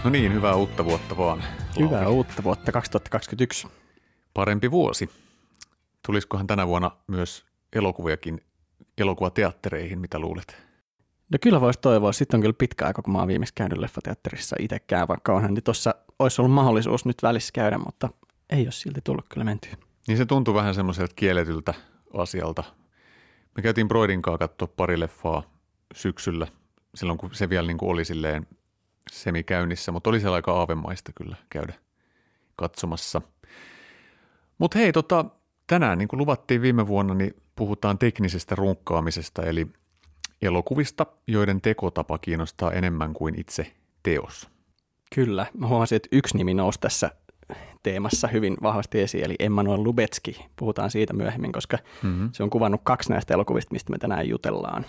No niin, hyvää uutta vuotta vaan. Hyvää uutta vuotta 2021. Parempi vuosi. Tulisikohan tänä vuonna myös elokuviakin elokuvateattereihin, mitä luulet? No kyllä voisi toivoa. Sitten on kyllä pitkä aika, kun mä oon viimeksi käynyt leffateatterissa itsekään, vaikka onhan niin tuossa olisi ollut mahdollisuus nyt välissä käydä, mutta ei ole silti tullut kyllä mentyä. Niin se tuntui vähän semmoiselta kielletyltä asialta. Me käytiin Broidin kanssa katsoa pari leffaa syksyllä, silloin kun se vielä niin kuin oli silleen semikäynnissä, mutta oli siellä aika aavemaista kyllä käydä katsomassa. Mutta hei, tänään niin kuin luvattiin viime vuonna, niin puhutaan teknisestä runkkaamisesta, eli elokuvista, joiden tekotapa kiinnostaa enemmän kuin itse teos. Kyllä, mä huomasin, että yksi nimi nousi tässä teemassa hyvin vahvasti esiin, eli Emmanuel Lubezki. Puhutaan siitä myöhemmin, koska se on kuvannut 2 näistä elokuvista, mistä me tänään jutellaan.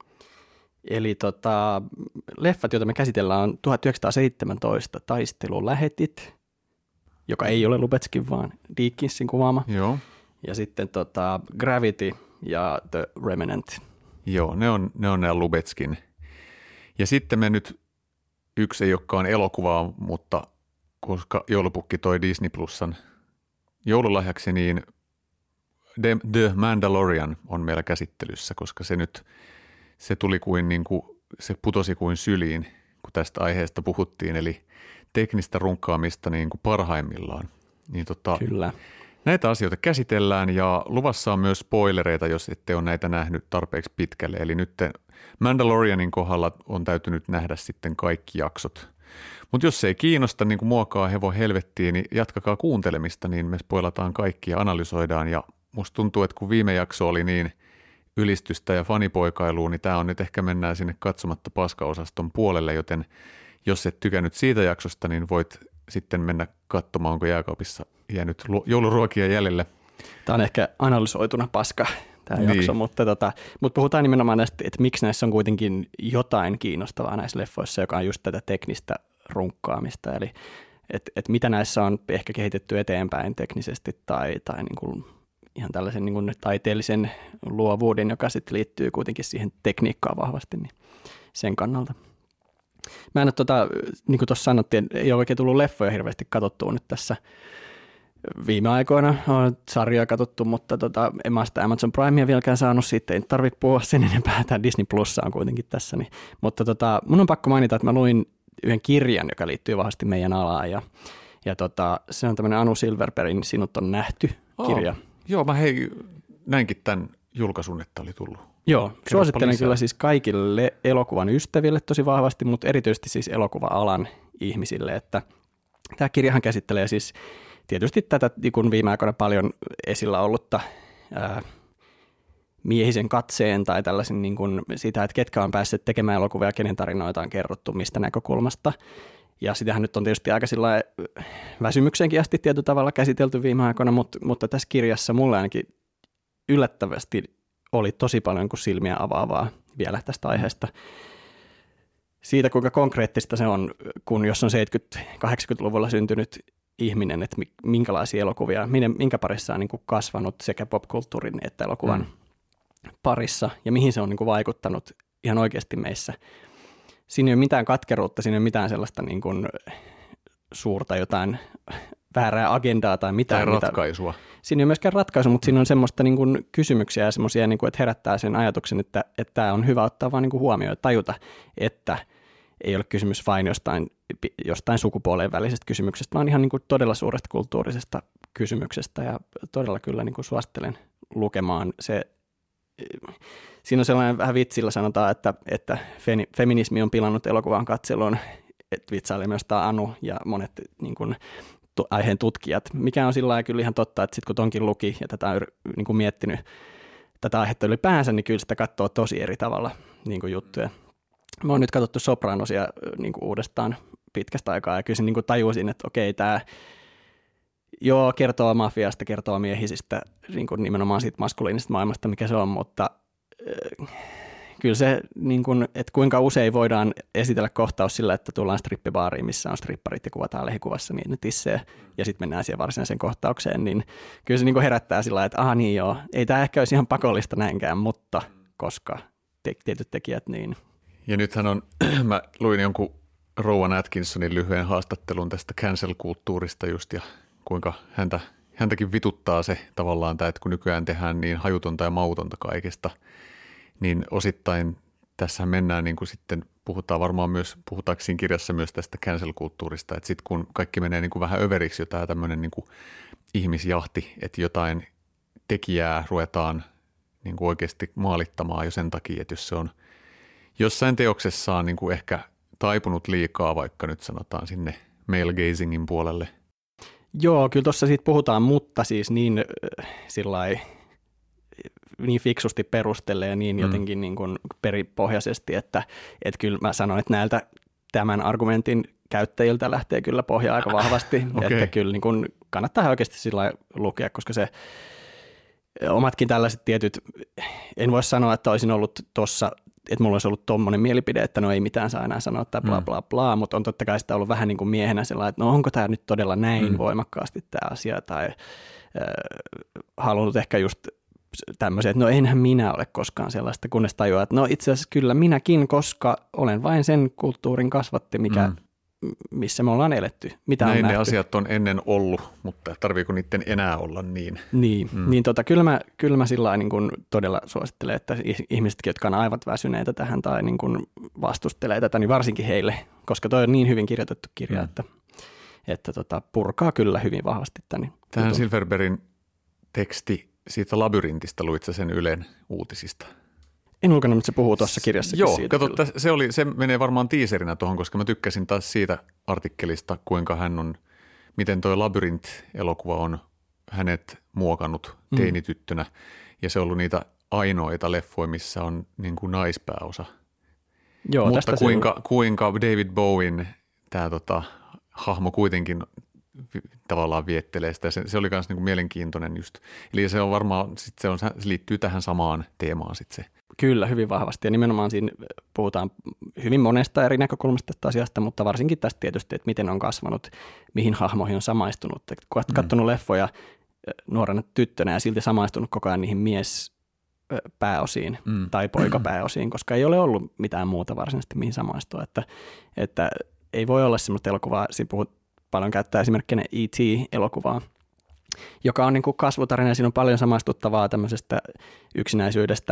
Eli leffat, joita me käsitellään, on 1917 Taistelulähetit, joka ei ole Lubezkin, vaan Deakinsin kuvaama. Joo. Ja sitten Gravity ja The Remnant. Joo, ne on nämä Lubezkin. Ja sitten me nyt, yksi ei olekaan elokuvaa, mutta koska joulupukki toi Disney Plusan joululahjaksi, niin The Mandalorian on meillä käsittelyssä, koska se tuli se putosi kuin syliin, kun tästä aiheesta puhuttiin, eli teknistä runkkaamista niin kuin parhaimmillaan. Niin Kyllä. Näitä asioita käsitellään ja luvassa on myös spoilereita, jos ette ole näitä nähnyt tarpeeksi pitkälle. Eli nyt Mandalorianin kohdalla on täytynyt nähdä sitten kaikki jaksot. Mutta jos se ei kiinnosta, niin kuin muokaa hevon helvettiin, niin jatkakaa kuuntelemista, niin me spoilataan kaikki ja analysoidaan. Ja musta tuntuu, että kun viime jakso oli niin ylistystä ja fanipoikailua, niin tämä on nyt ehkä mennään sinne katsomatta paskaosaston puolelle, joten jos et tykännyt siitä jaksosta, niin voit sitten mennä katsomaan, onko jääkaapissa jäänyt jouluruokia jäljelle. Tämä on ehkä analysoituna paska tämä jakso, mutta puhutaan nimenomaan näistä, että miksi näissä on kuitenkin jotain kiinnostavaa näissä leffoissa, joka on just tätä teknistä runkkaamista, eli että mitä näissä on ehkä kehitetty eteenpäin teknisesti tai niin kuin ihan tällaisen niin kuin taiteellisen luovuuden, joka sitten liittyy kuitenkin siihen tekniikkaan vahvasti, niin sen kannalta. Mä en ole, niin kuin tuossa sanottiin, ei ole oikein tullut leffoja hirveästi katsottua nyt tässä viime aikoina. On sarjoja katsottu, mutta en mä sitä Amazon Primea vieläkään saanut, siitä ei tarvitse puhua sen enempää, tämä Disney Plussa on kuitenkin tässä. Niin. Mutta mun on pakko mainita, että mä luin yhden kirjan, joka liittyy vahvasti meidän alaan, ja se on tämmöinen Anu Silverbergin Sinut on nähty -kirja. Joo, mä näinkin tämän julkaisun, että oli tullut. Joo, suosittelen kyllä siis kaikille elokuvan ystäville tosi vahvasti, mutta erityisesti siis elokuva-alan ihmisille, että tämä kirjahan käsittelee siis tietysti tätä kun viime aikoina paljon esillä ollutta miehisen katseen tai tällaisen niin kuin sitä, että ketkä on päässeet tekemään elokuvia, kenen tarinoita on kerrottu, mistä näkökulmasta. Ja sitähän nyt on tietysti aika sillä väsymykseenkin asti tietyllä tavalla käsitelty viime aikoina, mutta tässä kirjassa mulle ainakin yllättävästi oli tosi paljon kuin silmiä avaavaa vielä tästä aiheesta. Siitä, kuinka konkreettista se on, kun jos on 70-80-luvulla syntynyt ihminen, että minkälaisia elokuvia, minkä parissa on niin kuin kasvanut sekä popkulttuurin että elokuvan parissa ja mihin se on niin kuin vaikuttanut ihan oikeasti meissä. Siinä ei ole mitään katkeruutta, siinä ei ole mitään sellaista niin kuin suurta jotain väärää agendaa tai mitään. Tai ratkaisua. Siinä ei ole myöskään ratkaisu, mutta siinä on semmoista niin kuin kysymyksiä ja semmoisia, niin kuin, että herättää sen ajatuksen, että tämä on hyvä ottaa vaan niin kuin huomioon ja tajuta, että ei ole kysymys vain jostain sukupuoleen välisestä kysymyksestä, vaan ihan niin kuin todella suuresta kulttuurisesta kysymyksestä ja todella kyllä niin kuin suosittelen lukemaan se. Siinä on sellainen vähän vitsillä sanotaan, että feminismi on pilannut elokuvan katselun, että vitsailee myös tämä Anu ja monet niin kuin aiheen tutkijat, mikä on sillä lailla kyllä ihan totta, että sitten kun tonkin luki ja tätä on niin kuin miettinyt tätä aihetta ylipäänsä, niin kyllä sitä katsoo tosi eri tavalla niin kuin juttuja. Mä oon nyt katsottu Sopranosia niin kuin uudestaan pitkästä aikaa ja kyllä se niin kuin tajusin, että okei, tämä kertoo mafiasta, kertoo miehisistä, niin kuin nimenomaan siitä maskuliinisesta maailmasta, mikä se on, mutta kyllä se, niin kuin, että kuinka usein voidaan esitellä kohtaus sillä, että tullaan strippibaariin, missä on stripparit ja kuvataan lähikuvassa niin ne tissejä ja sitten mennään siihen varsinaiseen kohtaukseen, niin kyllä se niin kuin herättää sillä että niin joo, ei tämä ehkä olisi ihan pakollista näinkään, mutta koska tietyt tekijät niin. Ja nythän on, mä luin jonkun Rowan Atkinsonin lyhyen haastattelun tästä cancel-kulttuurista just ja kuinka häntäkin vituttaa se tavallaan tämä, että kun nykyään tehdään niin hajutonta ja mautonta kaikesta, niin osittain tässä mennään niin kuin sitten puhutaanko siinä kirjassa myös tästä cancel-kulttuurista, että sitten kun kaikki menee niin kuin vähän överiksi jo tämä tämmöinen niin kuin ihmisjahti, että jotain tekijää ruvetaan niin kuin oikeasti maalittamaan jo sen takia, että jos se on jossain teoksessaan niin kuin ehkä taipunut liikaa, vaikka nyt sanotaan sinne male gazingin puolelle. Joo, kyllä tuossa siitä puhutaan, mutta siis niin fiksusti perustelee ja niin jotenkin niin kuin peripohjaisesti, että kyllä mä sanon, että näiltä tämän argumentin käyttäjiltä lähtee kyllä pohja aika vahvasti, okay. Että kyllä niin kuin kannattaa oikeasti sillä lukea, koska se omatkin tällaiset tietyt, en voi sanoa, että olisin ollut tuossa, että mulla olisi ollut tommoinen mielipide, että no ei mitään saa enää sanoa tai bla bla bla, mutta on totta kai sitä ollut vähän niin kuin miehenä sellainen, että no onko tämä nyt todella näin voimakkaasti tämä asia tai halunnut ehkä just tämmöisiä, että no enhän minä ole koskaan sellaista, kunnes tajuaa, että no itse asiassa kyllä minäkin, koska olen vain sen kulttuurin kasvatti, missä me ollaan eletty. Mitä näin ne asiat on ennen ollut, mutta tarviiko niiden enää olla niin? Niin, kyllä mä sillä niin kuin todella suosittelen, että ihmisetkin, jotka on aivan väsyneitä tähän tai niin kuin vastustelee tätä, niin varsinkin heille, koska toi on niin hyvin kirjoitettu kirja, että purkaa kyllä hyvin vahvasti tämän. Tähän Silverbergin teksti siitä labyrintistä, luit sä sen Ylen uutisista? En lukenut, mutta se puhuu tuossa kirjassakin siitä. Joo, kato, se menee varmaan tiiserinä tuohon, koska mä tykkäsin taas siitä artikkelista, kuinka miten toi Labyrinth-elokuva on hänet muokannut teinityttönä. Ja se on ollut niitä ainoita leffoja, missä on niin kuin naispääosa. Joo, mutta kuinka David Bowen, tämä hahmo kuitenkin tavallaan viettelee sitä. Se oli myös niin mielenkiintoinen just. Eli se on varmaan, se liittyy tähän samaan teemaan sitten se. Kyllä, hyvin vahvasti. Ja nimenomaan siinä puhutaan hyvin monesta eri näkökulmasta tästä asiasta, mutta varsinkin tästä tietysti, että miten on kasvanut, mihin hahmoihin on samaistunut. Kun olet katsonut leffoja nuorena tyttönä ja silti samaistunut koko ajan niihin miespääosiin tai poikapääosiin, koska ei ole ollut mitään muuta varsinaisesti mihin samaistua. Että ei voi olla sellaista elokuvaa, siinä paljon käyttää esimerkkinä E.T.-elokuvaa, joka on niin kuin kasvutarina ja siinä on paljon samaistuttavaa tämmöisestä yksinäisyydestä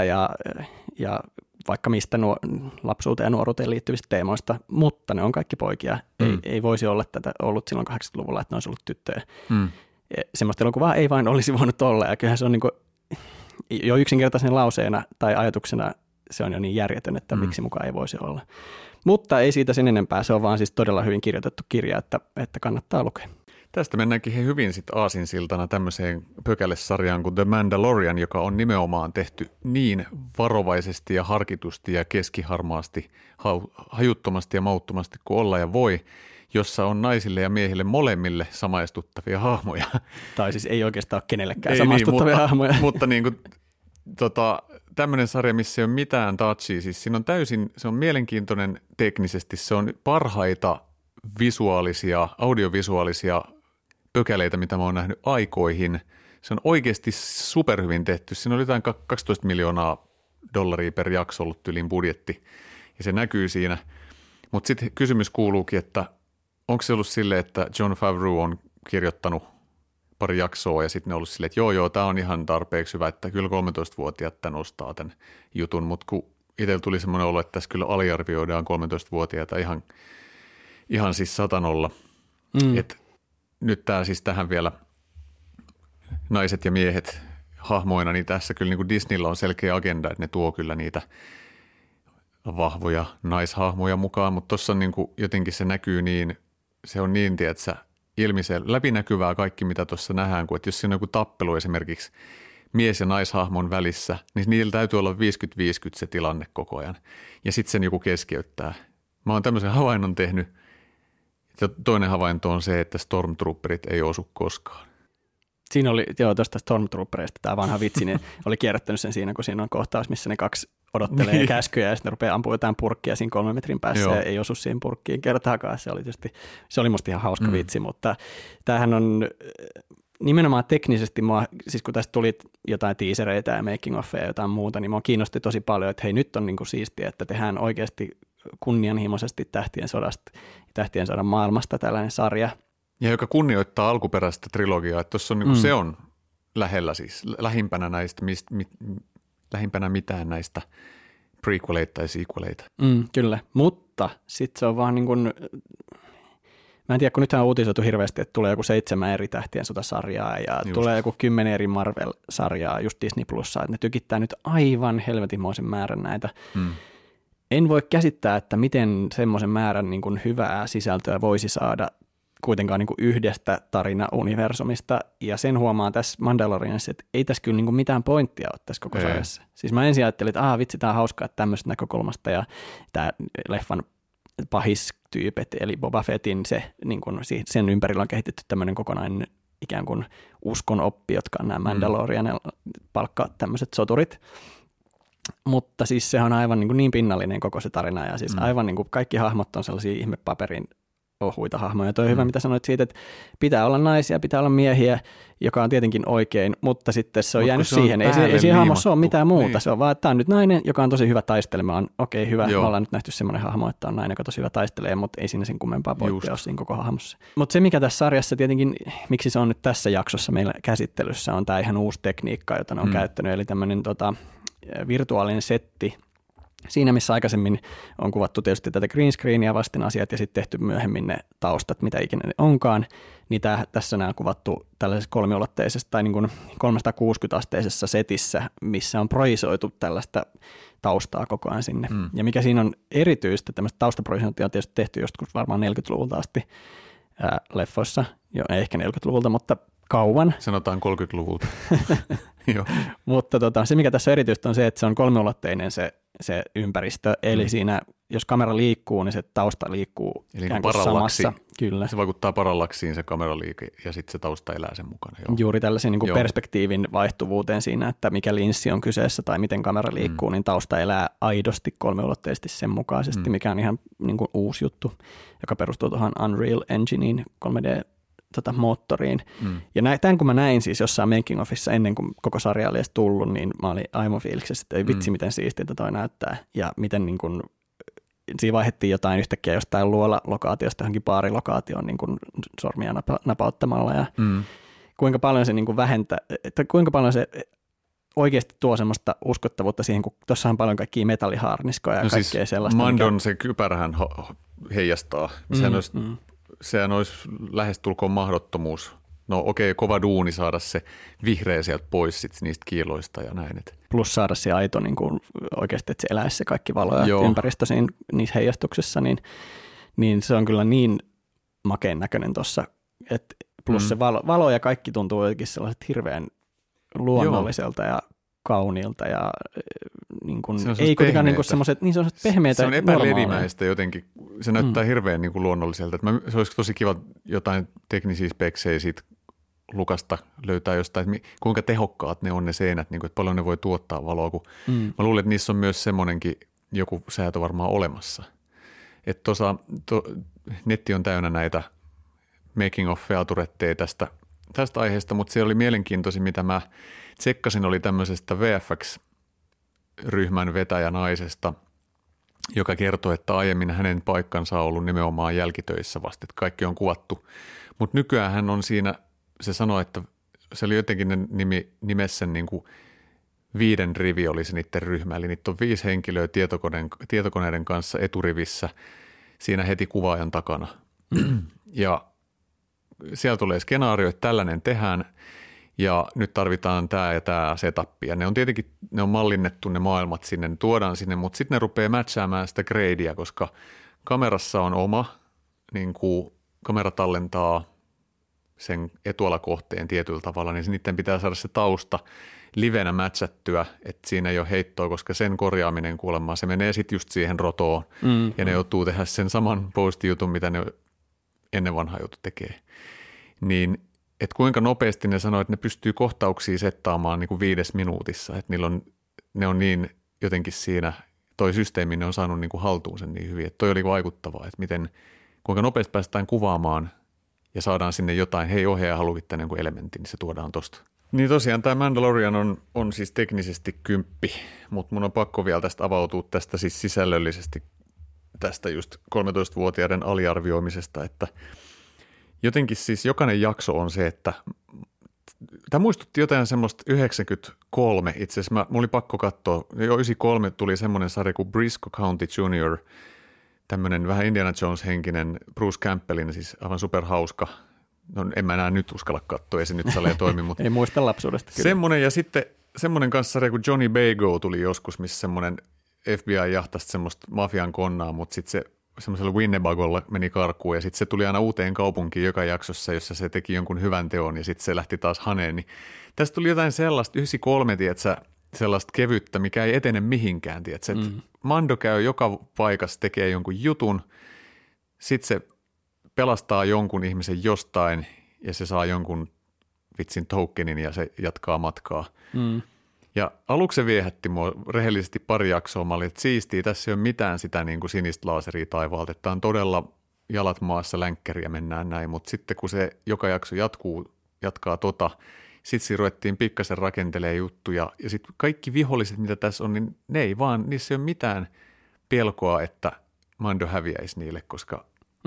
ja vaikka mistä lapsuuteen ja nuoruuteen liittyvistä teemoista, mutta ne on kaikki poikia. Ei voisi olla tätä ollut silloin 80-luvulla, että ne olisi ollut tyttöjä. Semmoista elokuvaa ei vain olisi voinut olla ja kyllähän se on niin kuin, jo yksinkertaisen lauseena tai ajatuksena se on jo niin järjetön, että miksi mukaan ei voisi olla. Mutta ei siitä sen enempää, se on vaan siis todella hyvin kirjoitettu kirja, että kannattaa lukea. Tästä mennäänkin hyvin sitten aasinsiltana tämmöiseen pökälesarjaan kuin The Mandalorian, joka on nimenomaan tehty niin varovaisesti ja harkitusti ja keskiharmaasti, hajuttomasti ja mauttomasti kuin olla ja voi, jossa on naisille ja miehille molemmille samaistuttavia hahmoja. Tai siis ei oikeastaan ole kenellekään samaistuttavia hahmoja. Mutta niin kuin, tämmöinen sarja, missä ei ole mitään touchia, siis siinä on se on mielenkiintoinen teknisesti, se on parhaita audiovisuaalisia pökäleitä, mitä mä oon nähnyt aikoihin. Se on oikeasti superhyvin tehty. Siinä on jotain $12 miljoonaa per jakso ollut tyylin budjetti, ja se näkyy siinä. Mutta sitten kysymys kuuluukin, että onko se ollut silleen, että Jon Favreau on kirjoittanut pari jaksoa, ja sitten ne on ollut silleen, että joo, tämä on ihan tarpeeksi hyvä, että kyllä 13-vuotiaat tämän ostaa tämän jutun, mutta kun itsellä tuli semmoinen olo, että tässä kyllä aliarvioidaan 13-vuotiaita ihan siis satanolla. Että nyt tämä siis tähän vielä naiset ja miehet hahmoina, niin tässä kyllä niin kuin Disneyllä on selkeä agenda, että ne tuo kyllä niitä vahvoja naishahmoja mukaan, mutta tuossa niin kuin jotenkin se näkyy niin, se on niin, tiedätkö, läpinäkyvää kaikki, mitä tuossa nähdään, kun että jos siinä on joku tappelu esimerkiksi mies- ja naishahmon välissä, niin niillä täytyy olla 50-50 se tilanne koko ajan. Ja sitten sen joku keskeyttää. Mä oon tämmöisen havainnon tehnyt. Ja toinen havainto on se, että Stormtrooperit ei osu koskaan. Siinä oli, tuosta Stormtrooperista tämä vanha vitsi, niin oli kierrättänyt sen siinä, kun siinä on kohtaus, missä ne kaksi odottelee käskyjä ja sitten ne rupeaa ampumaan jotain purkkia siinä 3 metrin päässä ja ei osu siihen purkkiin kertaakaan. Se oli musta ihan hauska vitsi, mutta tämähän on nimenomaan teknisesti, siis kun tästä tuli jotain teasereitä ja making offia ja jotain muuta, niin mua kiinnosti tosi paljon, että hei nyt on niinku siistiä, että tehdään oikeasti kunnianhimoisesti Tähtien sodasta, Tähtien sodan maailmasta tällainen sarja. Ja joka kunnioittaa alkuperäistä trilogiaa, että tuossa on, niin kuin se on lähellä siis, lähimpänä mitään näistä prequeleita tai sequeleita. Kyllä, mutta sitten se on vaan niin kuin, mä en tiedä, kun nythän on uutisoitu hirveästi, että tulee joku 7 eri Tähtien sotasarjaa ja tulee joku 10 eri Marvel-sarjaa just Disney Plussa, että ne tykittää nyt aivan helvetinmoisen määrän näitä. En voi käsittää, että miten semmoisen määrän niin kuin hyvää sisältöä voisi saada kuitenkaan niin kuin yhdestä tarinauniversumista, ja sen huomaa tässä Mandalorianissa, että ei tässä kyllä niin kuin mitään pointtia ole tässä koko sarjassa. Siis mä ensin ajattelin, että vitsi, tämä on hauskaa, että tämmöisestä näkökulmasta, ja tämä leffan pahistyypet, eli Boba Fettin, niin kuin sen ympärillä on kehitetty tämmöinen kokonainen ikään kuin uskonoppi, jotka on nämä Mandalorian palkkaa tämmöiset soturit. Mutta siis se on aivan niin pinnallinen koko se tarina, ja siis aivan niin kuin kaikki hahmot on sellaisia ihmepaperin ohuita hahmoja. Toi on hyvä, mitä sanoit siitä, että pitää olla naisia, pitää olla miehiä, joka on tietenkin oikein, mutta sitten se on jäänyt siihen. Ei siinä hahmossa ole mitään muuta. Niin. Se on vaan, että tämä on nyt nainen, joka on tosi hyvä taistelemaan. Okei, hyvä. Me ollaan nyt nähty semmoinen hahmo, että on nainen, joka on tosi hyvä taistelee, mutta ei siinä sen kummempaa pointtia ole siinä koko hahmossa. Mutta se, mikä tässä sarjassa tietenkin, miksi se on nyt tässä jaksossa meillä käsittelyssä, on tämä ihan uusi tekniikka, jota ne on käyttänyt, eli tämmöinen virtuaalinen setti. Siinä, missä aikaisemmin on kuvattu tietysti tätä green screenia vasten asiat ja sitten tehty myöhemmin ne taustat, mitä ikinä ne onkaan, niin tässä nämä on kuvattu tällaisessa kolmiulotteisessa tai niin kuin 360-asteisessa setissä, missä on projisoitu tällaista taustaa koko ajan sinne. Ja mikä siinä on erityistä, tämmöistä taustaprojisointia on tietysti tehty joskus varmaan 40-luvulta asti leffoissa, jo ehkä 40-luvulta, mutta kauan. Sanotaan 30-luvulta. Mutta se, mikä tässä erityistä on se, että se on kolmiulotteinen se ympäristö, eli siinä, jos kamera liikkuu, niin se tausta liikkuu eli ikään kuin samassa. Kyllä. Se vaikuttaa parallaksiin se kameraliike ja sitten se tausta elää sen mukana. Juuri tällaisen niin kuin perspektiivin vaihtuvuuteen siinä, että mikä linssi on kyseessä tai miten kamera liikkuu, niin tausta elää aidosti kolmiulotteisesti sen mukaisesti, mikä on ihan niin kuin uusi juttu, joka perustuu tuohon Unreal Engineen 3D moottoriin. Ja tämän kun mä näin siis jossain making ofissa ennen kuin koko sarja oli edes tullut, niin mä olin aivan fiiliksessä, että ei vitsi miten siistintä toi näyttää ja miten niin kuin, siinä vaihdettiin jotain yhtäkkiä jostain luola-lokaatiosta johonkin baarilokaatioon niin kuin sormia napauttamalla ja kuinka paljon se niin kuin vähentää, että kuinka paljon se oikeasti tuo semmoista uskottavuutta siihen, kun tuossa on paljon kaikkia metallihaarniskoja ja kaikkea siis sellaista. Mandon se kypärähän heijastaa. Sehän olisi lähestulkoon mahdottomuus. No okei, kova duuni saada se vihreä sieltä pois sit niistä kiiloista ja näin. Plus saada se aito niin kuin oikeasti, että se eläisi se kaikki valo ja ympäristö niissä heijastuksissa, niin se on kyllä niin makeen näköinen tuossa. Plus se valo ja kaikki tuntuu jotenkin sellaiset hirveän luonnolliselta ja kauniilta ja niin kuin, ei kuitenkaan niin semmoiset niin pehmeitä. Se on epäledimäistä jotenkin. Se näyttää hirveän niin kuin luonnolliselta. Se olisi tosi kiva jotain teknisiä speksejä siitä Lukasta löytää jostain, että kuinka tehokkaat ne on ne seinät, niin kuin, että paljon ne voi tuottaa valoa. Kun mä luulen, että niissä on myös semmoinenkin joku säätö varmaan olemassa. Että netti on täynnä näitä making of featuretteja tästä aiheesta, mutta se oli mielenkiintoisin, mitä mä tsekkasin, oli tämmöisestä VFX-ryhmän vetäjänaisesta, joka kertoi, että aiemmin hänen paikkansa on ollut nimenomaan jälkitöissä vasta, että kaikki on kuvattu. Mutta nykyään hän on siinä, se sanoi, että se oli jotenkin nimessä niin kuin 5 rivi oli se niiden ryhmä, eli niitä on 5 henkilöä tietokoneiden kanssa eturivissä siinä heti kuvaajan takana. Ja siellä tulee skenaario, että tällainen tehdään ja nyt tarvitaan tämä ja tämä setappi. Ja ne on mallinnettu ne maailmat sinne, ne tuodaan sinne, mutta sitten ne rupeaa matchaamaan sitä gradea, koska kamerassa on oma, niin kuin kamera tallentaa sen etualakohteen tietyllä tavalla, niin niiden pitää saada se tausta livenä matchattyä, että siinä ei ole heittoa, koska sen korjaaminen kuulemma, se menee sitten just siihen rotoon ja ne joutuu tehdä sen saman post-jutun, mitä ne ennen vanha joutu tekee. Niin, että kuinka nopeasti ne sanoo, että ne pystyy kohtauksia settaamaan niin kuin 5 minuutissa, että ne on niin jotenkin siinä, toi systeemi ne on saanut niin kuin haltuun sen niin hyvin, että toi oli vaikuttavaa, että kuinka nopeasti päästään kuvaamaan ja saadaan sinne jotain, hei ohjaaja haluakin tämän jonkun elementin, niin se tuodaan tosta. Niin tosiaan tämä Mandalorian on siis teknisesti 10, mutta mun on pakko vielä tästä avautua tästä siis sisällöllisesti tästä just 13-vuotiaiden aliarvioimisesta, että jotenkin siis jokainen jakso on se, että tämä muistutti jotain semmoista 93, itse asiassa mulla oli pakko katsoa, jo 93 tuli semmoinen sarja kuin Briscoe County Jr., tämmöinen vähän Indiana Jones-henkinen Bruce Campbellin, siis aivan superhauska. No en mä enää nyt uskalla katsoa, ei se nyt salee toimi, mutta ei muista lapsuudesta kyllä. Semmoinen ja sitten semmoinen kanssa sarja kuin Johnny Bago tuli joskus, missä semmoinen FBI jahtasi semmoista mafian konnaa, mutta sitten se semmoisella Winnebagolla meni karkuun ja sitten se tuli aina uuteen kaupunkiin joka jaksossa, jossa se teki jonkun hyvän teon ja sitten se lähti taas haneen. Niin tästä tuli jotain sellaista, 93, tietsä, sellaista kevyttä, mikä ei etene mihinkään, tietsä. Mando käy joka paikassa, tekee jonkun jutun, sitten se pelastaa jonkun ihmisen jostain ja se saa jonkun vitsin tokenin ja se jatkaa matkaa. Ja aluksi se viehätti mua rehellisesti pari jaksoa. Mä olin, että siistiä, tässä ei ole mitään sitä niin kuin sinistä laaseria taivaalta, että on todella jalat maassa länkkäriä mennään näin, mutta sitten kun se joka jakso jatkaa sitten ruvettiin pikkasen rakentelemaan juttuja ja sitten kaikki viholliset, mitä tässä on, niin ne ei vaan, niissä ei ole mitään pelkoa, että Mando häviäisi niille, koska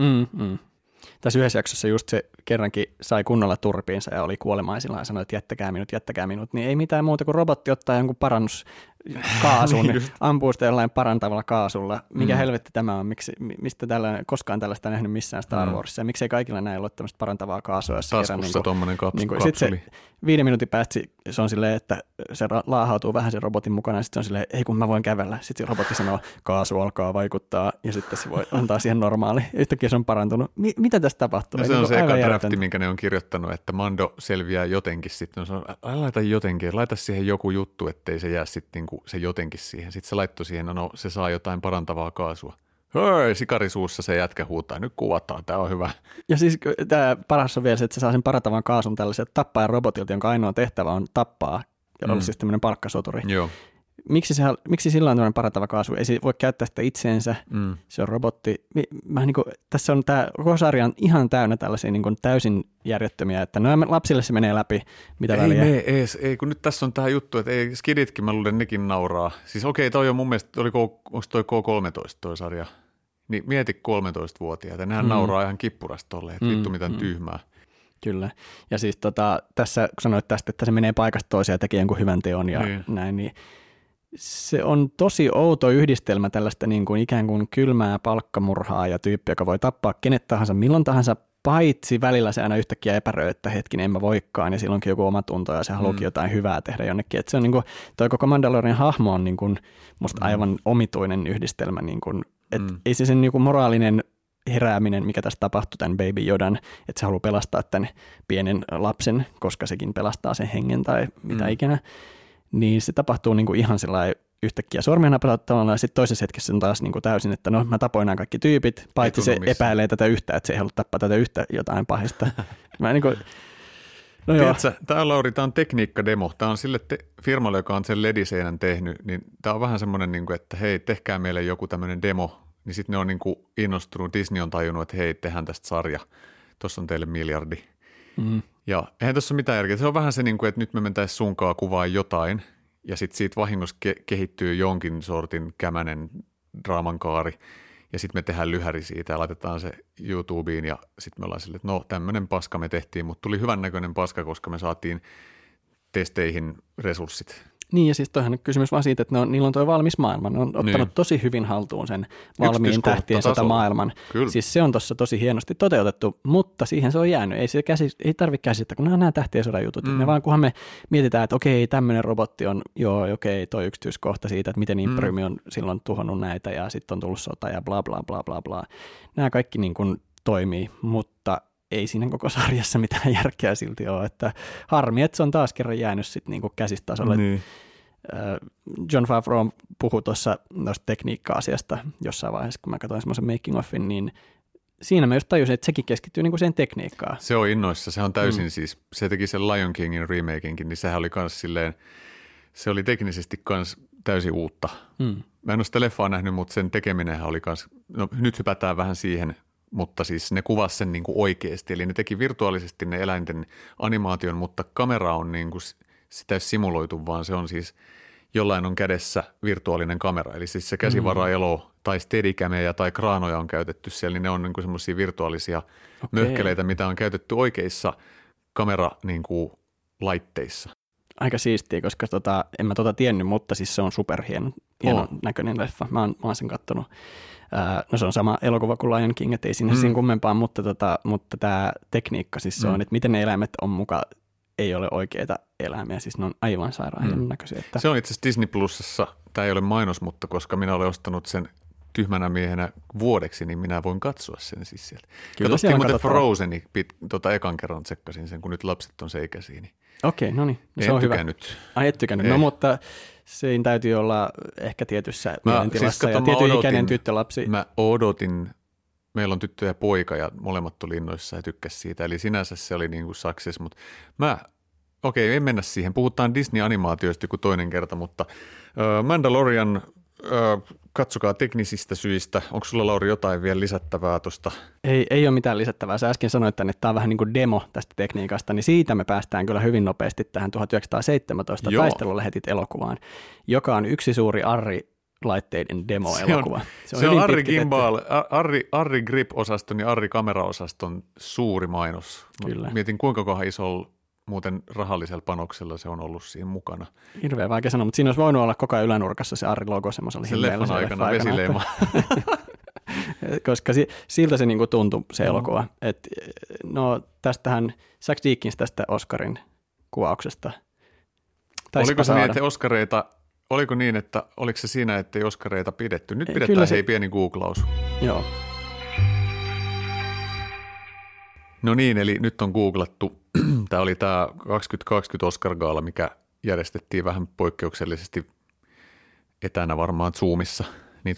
Tässä yhdessä jaksossa just se kerrankin sai kunnolla turpiinsa ja oli kuolemaisilla ja sanoi, että jättäkää minut, niin ei mitään muuta kuin robotti ottaa jonkun parannuskaasun, ampuu sitä jollain parantavalla kaasulla. Mikä helvetti tämä on? Mistä koskaan tällaista nähnyt missään Star Warsissa? Miksei kaikilla näin ole tämmöistä parantavaa kaasua? Taskussa tuommoinen kapsuli. Sitten se 5 minuutin päästä se on silleen, että se laahautuu vähän sen robotin mukana ja sitten se on silleen, ei kun mä voin kävellä. Sitten se robotti sanoo, kaasu alkaa vaikuttaa ja sitten se voi antaa siihen normaali. Yhtäkkiä se on parantunut. Mitä tässä tapahtuu? No se on se eka drafti, minkä ne on kirjoittanut, että Mando selviää jotenkin sitten. Laita siihen joku juttu, ettei se jää sitten niinku se jotenkin siihen. Sitten se laittoi siihen, no se saa jotain parantavaa kaasua. Hei, sikarisuussa se jätkä huutaa, nyt kuvataan, tämä on hyvä. Ja siis tämä paras on vielä se, että se saa sen parantavan kaasun tällaiselta tappajan robotilta, jonka ainoa tehtävä on tappaa, ja olla siis tämmöinen palkkasoturi. Joo. Miksi sillä on tämmöinen parantava kaasu? Ei se voi käyttää sitä itseensä, se on robotti. Tässä on tämä koko sarja on ihan täynnä tällaisia niin kuin täysin järjettömiä, että lapsille se menee läpi, mitä väliä. Ei, kun nyt tässä on tämä juttu, että ei skiditkin, mä luulen, nekin nauraa. Siis okei, toi on mun mielestä, onko toi K13 toi sarja? Niin mieti 13-vuotiaita, nehän nauraa ihan kippurasta tolleen, että vittu mitään tyhmää. Kyllä, ja siis tässä kun sanoit tästä, että se menee paikasta toiseen ja tekee jonkun hyvän teon ja näin, niin se on tosi outo yhdistelmä tällaista niin kuin ikään kuin kylmää palkkamurhaa ja tyyppiä, joka voi tappaa kenet tahansa milloin tahansa, paitsi välillä se aina yhtäkkiä epäröi, että hetkinen en mä voikaan ja silloinkin joku omatunto ja se haluukin jotain hyvää tehdä jonnekin. Että se on niin kuin, toi koko Mandalorian hahmo on niin kuin musta aivan omituinen yhdistelmä, niin kuin, että ei se sen niin kuin moraalinen herääminen, mikä tässä tapahtui tämän Baby Yodan, että se haluaa pelastaa tämän pienen lapsen, koska sekin pelastaa sen hengen tai mitä ikinä, niin se tapahtuu niin kuin ihan sellainen yhtäkkiä sormien napauttamalla ja sitten toisessa hetkessä on taas niin kuin täysin, että no mä tapoin nämä kaikki tyypit, paitsi se epäilee tätä yhtä, että se ei halua tappaa tätä yhtä jotain pahista. Mä niin kuin, no tiedätkö, tämä Lauri, tämä on tekniikkademo. Tämä on sille firmalle, joka on sen lediseinän tehnyt, niin tämä on vähän semmoinen, niin kuin, että hei, tehkää meille joku tämmöinen demo, niin sitten ne on niin kuin innostunut, Disney on tajunnut, että hei, tehdään tästä sarja, tuossa on teille miljardi. Ja eihän tässä ole mitään järkeä. Se on vähän se, niin kuin, että nyt me mentäisiin sunkaan kuvaa jotain, ja sitten siitä vahingossa kehittyy jonkin sortin kämänen draaman kaari, ja sitten me tehdään lyhäri siitä ja laitetaan se YouTubeen, ja sitten me ollaan silleen, että no tämmöinen paska me tehtiin, mutta tuli hyvän näköinen paska, koska me saatiin testeihin resurssit. Niin, ja siis toihan on kysymys vaan siitä, että niillä on tuo valmis maailma. Ne on ottanut tosi hyvin haltuun sen valmiin tähtien sotamaailman. Siis se on tuossa tosi hienosti toteutettu, mutta siihen se on jäänyt. Ei tarvitse käsittää, kun nämä tähtien sodan jutut. Ne vaan kunhan me mietitään, että okei, tämmöinen robotti on, toi yksityiskohta siitä, että miten Imperiumi on silloin tuhonnut näitä ja sitten on tullut sota ja bla bla bla bla bla. Nämä kaikki niin kuin toimii, mutta ei siinä koko sarjassa mitään järkeä silti ole, että harmi, että se on taas kerran jäänyt sitten niinku käsistasolle. Niin. Jon Favreau puhui tuossa tekniikka-asiasta jossain vaiheessa, kun mä katsoin semmoisen making-offin, niin siinä mä just tajusin, että sekin keskittyy niinku siihen tekniikkaan. Se on innoissa, se on täysin siis, se teki sen Lion Kingin remakinkin, niin sehän oli kans silleen, se oli teknisesti kans täysin uutta. Mä en ole sitä leffaa nähnyt, mutta sen tekeminenhän oli kans, no nyt hypätään vähän siihen, mutta siis ne kuvasi sen niin kuin oikeasti, eli ne teki virtuaalisesti ne eläinten animaation, mutta kamera on niin kuin, sitä ei simuloitu, vaan se on siis jollain on kädessä virtuaalinen kamera, eli siis se käsivaraelo tai steadicameja tai kraanoja on käytetty siellä, niin ne on niin kuin semmoisia virtuaalisia möhkeleitä, mitä on käytetty oikeissa kameralaitteissa. Aika siistiä, koska en mä tiennyt, mutta siis se on superhieno näköinen leffa. Mä oon sen kattonut. No se on sama elokuva kuin Lion King, et ei siinä kummempaa, mutta tämä tekniikka siis se on, että miten ne eläimet on mukaan, ei ole oikeita eläimiä, siis ne on aivan sairaan hienon näköisiä. Että... Se on itse asiassa Disney Plusassa, tämä ei ole mainos, mutta koska minä olen ostanut sen tyhmänä miehenä vuodeksi, niin minä voin katsoa sen siis sieltä. Katsottiin muuten Frozeni, ekan kerran tsekkasin sen, kun nyt lapset on seikäisiä. Niin okei, no niin, se on hyvä. Ai et tykännyt, no mutta siinä täytyy olla ehkä tietyssä mielentilassa ja tietyn ikäinen tyttölapsi. Mä odotin, meillä on tyttö ja poika ja molemmat tuli innoissa ja tykkäsi siitä, eli sinänsä se oli niin kuin success, mutta ei mennä siihen, puhutaan Disney-animaatioista joku toinen kerta, mutta Mandalorian katsokaa teknisistä syistä. Onko sulla, Lauri, jotain vielä lisättävää tuosta? Ei ole mitään lisättävää. Sä äsken sanoit, että tämä on vähän niin kuin demo tästä tekniikasta, niin siitä me päästään kyllä hyvin nopeasti tähän 1917 Taistelulähetit elokuvaan, joka on yksi suuri Arri-laitteiden demo-elokuva. Se on Arri Gimbal, Arri Grip-osaston ja Arri Kamera-osaston suuri mainos. Kyllä. Mietin, kuinka kohan isolla muuten rahallisella panoksella se on ollut siinä mukana. Hirveän vaikea sanoa, mutta siinä olisi voinut olla koko ajan ylänurkassa se Arri-logo semmoisella himmeellä. Se leffan aikana vesileima. Koska siltä se niinku tuntui se elokuva. No tästähän Zach Deakins tästä Oscarin kuvauksesta. Oliko se niin, että oliko niin, että oliko se siinä, että ei Oscareita pidetty? Nyt pidetään pieni googlaus. Joo. No niin, eli nyt on googlattu. Tämä oli tämä 2020 Oscar-gaala, mikä järjestettiin vähän poikkeuksellisesti etänä varmaan Zoomissa. Niin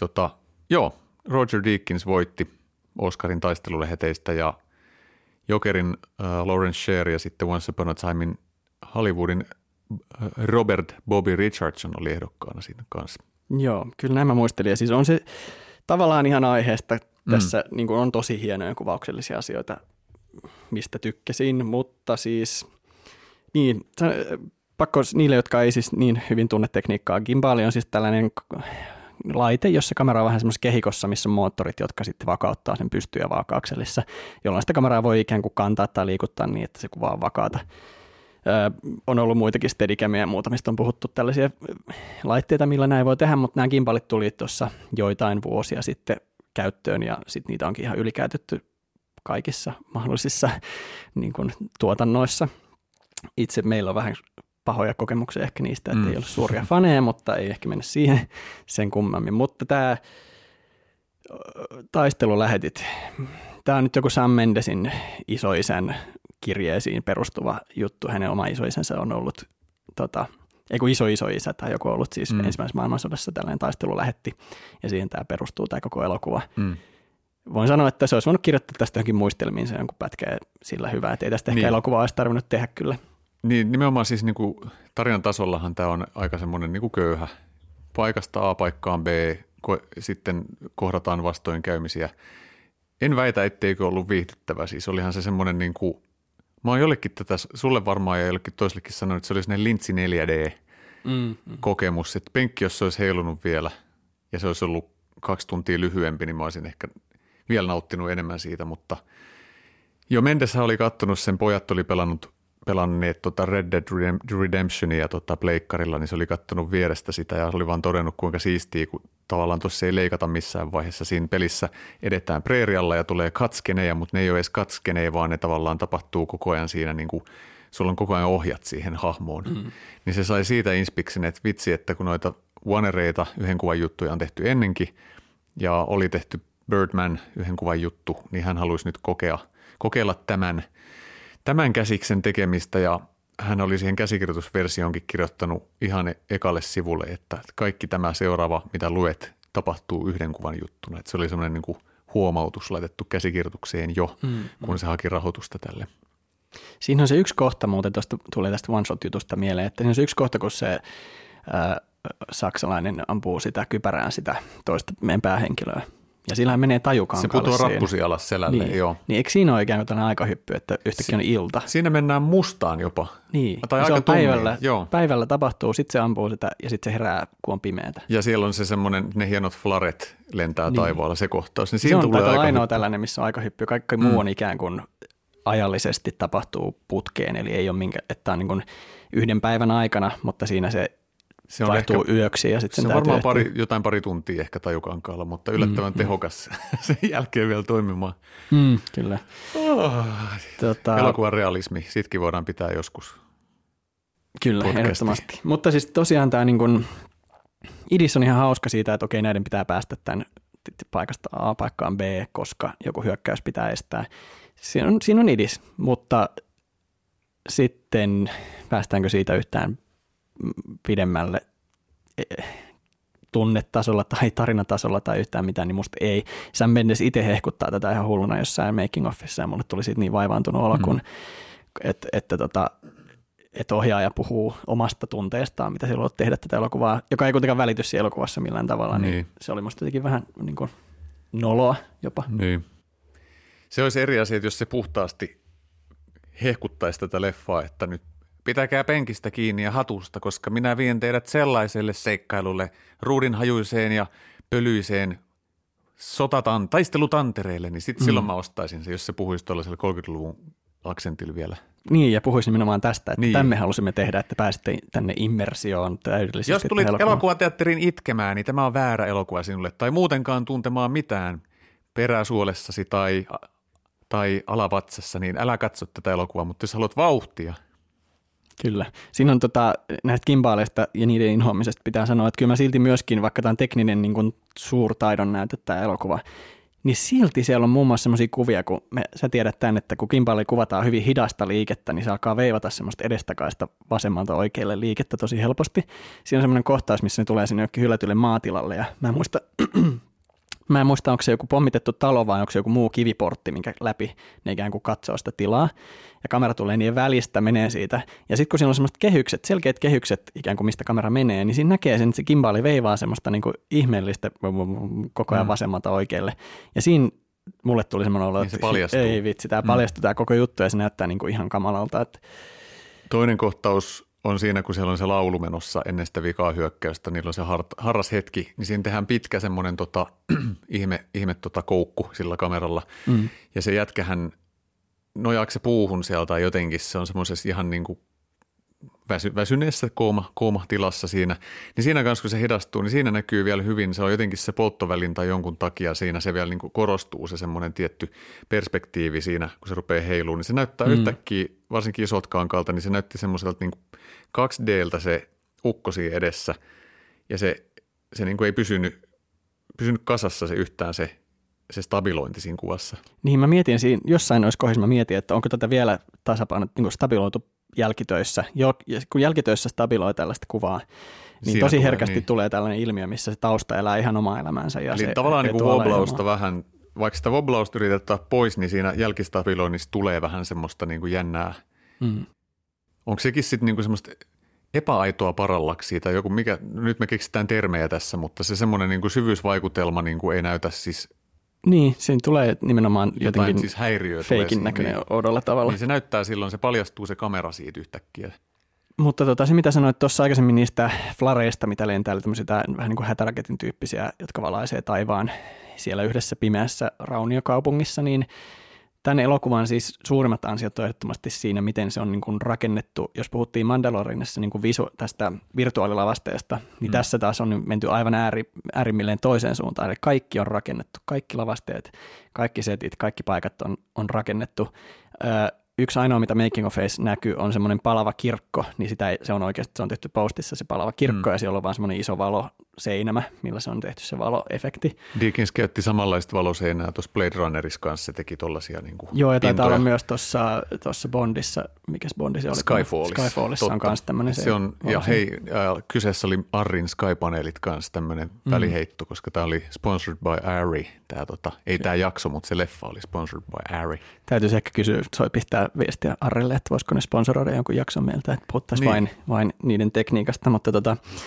Roger Deakins voitti Oscarin taisteluläheteistä ja Jokerin Lawrence Sher ja sitten Once Upon a Timein Hollywoodin Robert Bobby Richardson oli ehdokkaana siinä kanssa. Joo, kyllä nämä muistelin. Ja siis on se tavallaan ihan aiheesta. Tässä niin kuin on tosi hienoja kuvauksellisia asioita, mistä tykkäsin, mutta siis niin, pakko niille, jotka ei siis niin hyvin tunne tekniikkaa. Gimbali on siis tällainen laite, jossa kamera on vähän semmoisessa kehikossa, missä on moottorit, jotka sitten vakauttaa sen pystyyn ja vaaka-akselissa, jolloin sitä kameraa voi ikään kuin kantaa tai liikuttaa niin, että se kuva on vakaata. On ollut muitakin steadicameja ja muuta, mistä on puhuttu tällaisia laitteita, millä näin voi tehdä, mutta nämä gimbalit tuli tuossa joitain vuosia sitten käyttöön ja sitten niitä onkin ihan ylikäytetty kaikissa mahdollisissa niin kuin tuotannoissa. Itse meillä on vähän pahoja kokemuksia ehkä niistä, että ei ole suuria faneja, mutta ei ehkä mennä siihen sen kummemmin. Mutta tämä taistelulähetit, tämä on nyt joku Sam Mendesin isoisän kirjeisiin perustuva juttu. Hänen oma isoisänsä on ollut, isoisä tai joku ollut siis ensimmäisessä maailmansodassa tällainen taistelulähetti, ja siihen tämä perustuu tämä koko elokuva. Voin sanoa, että se olisi voinut kirjoittaa tästä johonkin muistelmiin se jonkun pätkää sillä hyvää, että ei tästä ehkä elokuvaa olisi tarvinnut tehdä kyllä. Niin, nimenomaan siis niin kuin tarinan tasollahan tämä on aika semmoinen niin kuin köyhä. Paikasta A paikkaan B, sitten kohdataan vastoinkäymisiä. En väitä, etteikö ollut viihdyttävä. Siis olihan se semmoinen, niin kuin, mä oon jollekin tätä, sulle varmaan ja jollekin toisellekin sanonut, että se oli semmoinen Lynch 4D-kokemus. Että penkki, jos se olisi heilunut vielä ja se olisi ollut 2 tuntia lyhyempi, niin mä olisin ehkä vielä nauttinut enemmän siitä, mutta jo Mendeshän oli kattonut sen, pojat oli pelanneet Red Dead Redemptionia pleikkarilla, niin se oli kattonut vierestä sitä ja oli vaan todennut, kuinka siistiä, kun tavallaan tuossa ei leikata missään vaiheessa. Siinä pelissä edetään preerialla ja tulee katskeneja, mutta ne ei ole edes katskeneja, vaan ne tavallaan tapahtuu koko ajan siinä, niin kuin sulla on koko ajan ohjat siihen hahmoon. Niin se sai siitä inspiksen, että vitsi, että kun noita Wannereita yhden kuvan juttuja on tehty ennenkin ja oli tehty Birdman yhden kuvan juttu, niin hän haluaisi nyt kokeilla tämän käsiksen tekemistä ja hän oli siihen käsikirjoitusversioonkin kirjoittanut ihan ekalle sivulle, että kaikki tämä seuraava, mitä luet, tapahtuu yhden kuvan juttuna. Että se oli semmoinen niin kuin huomautus laitettu käsikirjoitukseen jo, kun se haki rahoitusta tälle. Siinä on se yksi kohta muuten, tulee tästä one-shot-jutusta mieleen, että siinä on se yksi kohta, kun se saksalainen ampuu sitä kypärään sitä toista meidän päähenkilöä. Ja sillähän menee tajukankaalle. Se putoaa rappusi alas selälle, joo. Niin eikö siinä ole ikään kuin tällainen aikahyppy, että yhtäkkiä on ilta? Siinä mennään mustaan jopa. Niin, tai aika se on päivällä tapahtuu, sitten se ampuu sitä ja sitten se herää, kun on pimeätä. Ja siellä on se semmoinen, ne hienot flaret lentää taivaalla, se kohtaus. Niin se on ainoa tällainen, missä on aikahyppy. Kaikki muu on ikään kuin ajallisesti tapahtuu putkeen, eli ei ole että on niin kuin yhden päivän aikana, mutta siinä se vaihtuu ehkä yöksi ja sitten se on varmaan pari tuntia ehkä tajukankaalla, mutta yllättävän tehokas sen jälkeen vielä toimimaan. Kyllä. Elokuvan realismi, sitkin voidaan pitää joskus. Kyllä, ehdottomasti. Mutta siis tosiaan tämä niin kuin, idis on ihan hauska siitä, että okei, näiden pitää päästä tämän paikasta A paikkaan B, koska joku hyökkäys pitää estää. Siinä on idis, mutta sitten päästäänkö siitä yhtään pidemmälle tunnetasolla tai tarinatasolla tai yhtään mitään, niin musta ei. Sam Mendes itse hehkuttaa tätä ihan hulluna jossain making offissa ja mulle tuli siitä niin vaivaantunut olo, että ohjaaja puhuu omasta tunteestaan, mitä siellä on tehdä tätä elokuvaa, joka ei kuitenkaan välity siinä elokuvassa millään tavalla, niin se oli musta jotenkin vähän niin kuin noloa jopa. Niin. Se olisi eri asia, jos se puhtaasti hehkuttaisi tätä leffaa, että nyt pitäkää penkistä kiinni ja hatusta, koska minä vien teidät sellaiselle seikkailulle ruudinhajuiseen ja pölyiseen taistelutantereelle, niin sitten silloin mä ostaisin se, jos se puhuisi tuollaisella 30-luvun aksentilla vielä. Niin, ja puhuisin nimenomaan tästä, että tämän me halusimme tehdä, että pääsitte tänne immersioon täydellisesti. Jos tulit elokuvateatteriin itkemään, niin tämä on väärä elokuva sinulle, tai muutenkaan tuntemaan mitään peräsuolessasi tai alavatsassa, niin älä katso tätä elokuvaa, mutta jos haluat vauhtia. Kyllä. Siinä on näistä kimbaaleista ja niiden inhoamisesta pitää sanoa, että kyllä mä silti myöskin, vaikka tämä on tekninen niin kuin suurtaidon näyte tämä elokuva, niin silti siellä on muun muassa sellaisia kuvia, kun sä tiedät tämän, että kun kimbaali kuvataan hyvin hidasta liikettä, niin se alkaa veivata semmoista edestakaista vasemmalta oikealle liikettä tosi helposti. Siinä on semmoinen kohtaus, missä ne tulee sinne jokin hylätylle maatilalle ja mä en muista, onko se joku pommitettu talo vai onko se joku muu kiviportti, minkä läpi ne ikään kuin katsoo sitä tilaa. Ja kamera tulee niiden välistä, menee siitä. Ja sitten kun siinä on semmoiset kehykset, selkeät kehykset ikään kuin mistä kamera menee, niin siinä näkee sen, että se kimbaali veivaa semmoista niin kuin ihmeellistä koko ajan vasemmalta oikealle. Ja siinä mulle tuli semmoinen olo, että ei vitsi, tämä paljastuu tämä koko juttu ja se näyttää niin kuin ihan kamalalta. Että toinen kohtaus on siinä, kun siellä on se laulu menossa ennen sitä vikaa hyökkäystä, niillä on se harras hetki, niin siinä tehdään pitkä semmoinen ihme koukku sillä kameralla. Ja se jätkähän nojaako se puuhun sieltä jotenkin, se on semmoisessa ihan niin kuin väsyneessä koomatilassa siinä. Niin siinä kanssa, kun se hidastuu, niin siinä näkyy vielä hyvin, se on jotenkin se polttovälin tai jonkun takia siinä se vielä niin kuin korostuu se semmoinen tietty perspektiivi siinä, kun se rupeaa heiluun. Niin se näyttää yhtäkkiä, varsinkin isot kankaalta, niin se näytti semmoiselta niin kuin 2D:ltä se ukko siinä edessä ja se niin kuin ei pysynyt kasassa se yhtään se stabilointi siinä kuvassa. Niin mä mietin siinä, jossain noissa kohdissa mä mietin, että onko tätä vielä tasapaino niin kuin stabiloitu jälkitöissä. Ja kun jälkitöissä stabiloi tällaista kuvaa, niin siinä tosi herkästi tulee tällainen ilmiö, missä se tausta elää ihan omaa elämäänsä. Ja eli tavallaan niin kuin woblausta vähän, vaikka sitä woblausta yritetään pois, niin siinä jälkistabiloinnissa tulee vähän semmoista niin kuin jännää. Onko sekin sitten niin kuin semmoista epäaitoa parallaksia tai joku, nyt me keksitään termejä tässä, mutta se semmoinen niin kuin syvyysvaikutelma niin kuin ei näytä siis. Niin, siinä tulee nimenomaan jotenkin siis häiriöä feikin näköinen oudolla tavalla. Niin se näyttää silloin, se paljastuu se kamera siitä yhtäkkiä. Mutta se mitä sanoit tuossa aikaisemmin niistä flareista, mitä lentää, tämmöisiä vähän niin kuin hätäraketin tyyppisiä, jotka valaisee taivaan siellä yhdessä pimeässä rauniokaupungissa, niin tämän elokuvan siis suurimmat ansiot on ehdottomasti siinä, miten se on niin kuin rakennettu. Jos puhuttiin Mandalorianissa niin kuin tästä virtuaalilavasteesta, niin tässä taas on menty aivan äärimmilleen toiseen suuntaan. Eli kaikki on rakennettu, kaikki lavasteet, kaikki setit, kaikki paikat on rakennettu. Yksi ainoa, mitä making of face näkyy, on semmoinen palava kirkko, niin se on oikeasti, se on tehty postissa se palava kirkko, ja siellä on vaan semmoinen iso valoseinämä, millä se on tehty se valoefekti. Dickens käytti samanlaista valoseinää tuossa Blade Runnerissa kanssa, se teki tollaisia niin kuin joo, ja taitaa olla myös tuossa Bondissa, mikäs Bondi se oli? Skyfallissa on kanssa tämmöinen se on, ja kyseessä oli Arrin Sky-paneelit kanssa tämmöinen väliheitto, koska tämä oli sponsored by Arri, ei tämä jakso, mutta se leffa oli sponsored by Arri. Täytyisi ehkä kysyä, pistää viestiä Arrelle, että voisiko ne sponsoroida jonkun jakson meiltä, että puhuttaisiin vain niiden tekniikasta, mutta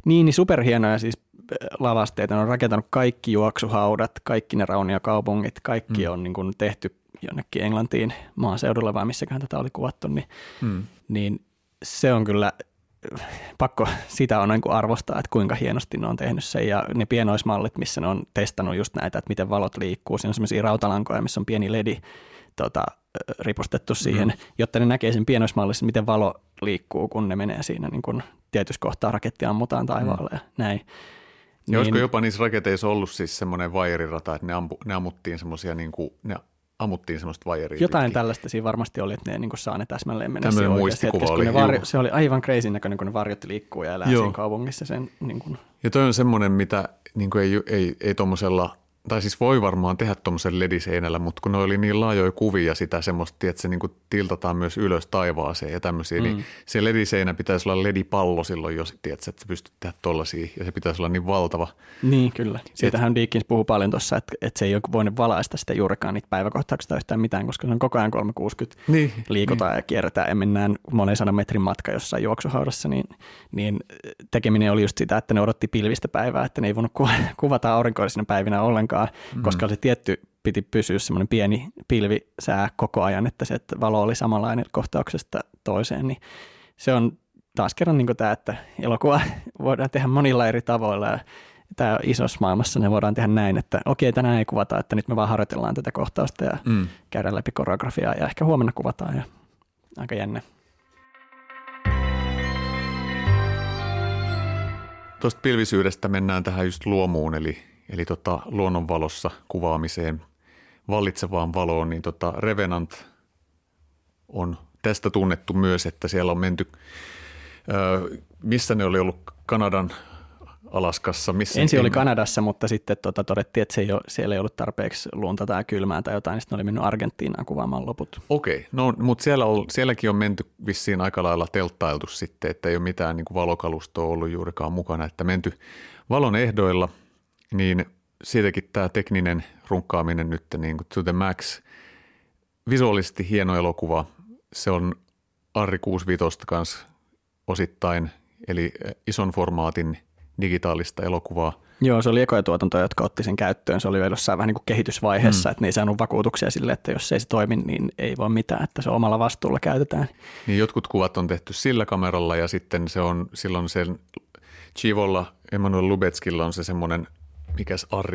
Niin superhienoja siis lavasteita. Ne on rakentanut kaikki juoksuhaudat, kaikki ne rauniokaupungit, kaikki on niin kuin tehty jonnekin Englantiin maaseudulla, vai missäkään tätä oli kuvattu, niin se on kyllä pakko sitä on niin kuin arvostaa, että kuinka hienosti ne on tehnyt sen, ja ne pienoismallit, missä ne on testannut just näitä, että miten valot liikkuu. Siinä on sellaisia rautalankoja, missä on pieni ledi ripustettu siihen, jotta ne näkee sen pienoismallissa, miten valo liikkuu, kun ne menee siinä niin kuin tietyssä kohtaa raketti ammutaan taivaalle ja näin. Ja olisiko jopa niissä raketeissa ollut siis semmoinen vaijerirata, että ne ammuttiin semmoisia niin kuin, ne ammuttiin semmoista vaijeria. Jotain pitkin. tällaista siinä varmasti oli, että ne niin kuin saa ne täsmälleen mennä. Tämmöinen muistikuva oli. Se oli aivan crazy näköinen, kun ne varjot liikkuu ja elää siinä kaupungissa. Sen, niin kuin. Ja toi on semmoinen, mitä niin kuin ei tommosella, tai siis voi varmaan tehdä tuommoisen lediseinällä, mutta kun ne oli niin laajoja kuvia sitä semmoista, että se niin kuin tiltataan myös ylös taivaaseen ja tämmöisiä, niin se lediseinä pitäisi olla ledipallo silloin, jos tiedät, että sä pystyt tehdä tollaisia, ja se pitäisi olla niin valtava. Niin, kyllä. Siitähän Deakins puhuu paljon tuossa, että se ei ole voinut valaista sitä juurikaan niitä päiväkohtauksia yhtään mitään, koska se on koko ajan 360 liikutaan ja kierretään ja mennään monen 100 metrin matka jossain juoksuhaudassa, niin tekeminen oli just sitä, että ne odotti pilvistä päivää, että ne ei voinut kuvata aurinkoisina päivinä ollenkaan, koska se tietty piti pysyä semmoinen pieni pilvisää koko ajan, että se että valo oli samanlainen kohtauksesta toiseen, niin se on taas kerran niin kuin tämä, että elokuva voidaan tehdä monilla eri tavoilla ja tämä isossa maailmassa ne voidaan tehdä näin, että okei, tänään ei kuvata, että nyt me vaan harjoitellaan tätä kohtausta ja käydään läpi koreografiaa ja ehkä huomenna kuvataan ja aika jännä. Tuosta pilvisyydestä mennään tähän just luomuun, eli luonnonvalossa kuvaamiseen, vallitsevaan valoon, niin Revenant on tästä tunnettu myös, että siellä on menty, missä ne oli ollut Kanadan Alaskassa? Ensin oli Kanadassa, mutta sitten todettiin, että siellä ei ollut tarpeeksi lunta tai kylmää tai jotain, niin sitten oli mennyt Argentiinaan kuvaamaan loput. Okei, no mutta sielläkin on menty vissiin aika lailla telttailtu sitten, että ei ole mitään niin kuin valokalustoa ollut juurikaan mukana, että menty valon ehdoilla, niin siitäkin tämä tekninen runkkaaminen nyt niin kuin to the max, visuaalisesti hieno elokuva, se on Arri 65 kanssa osittain, eli ison formaatin digitaalista elokuvaa. Joo, se oli ekoja tuotantoja, jotka otti sen käyttöön. Se oli vielä jossain vähän niin kuin kehitysvaiheessa, että ne ei saanut vakuutuksia sille, että jos ei se toimi, niin ei voi mitään, että se omalla vastuulla käytetään. Niin jotkut kuvat on tehty sillä kameralla ja sitten se on silloin sen Chivolla, Emmanuel Lubezkilla on se semmoinen, mikäs Arri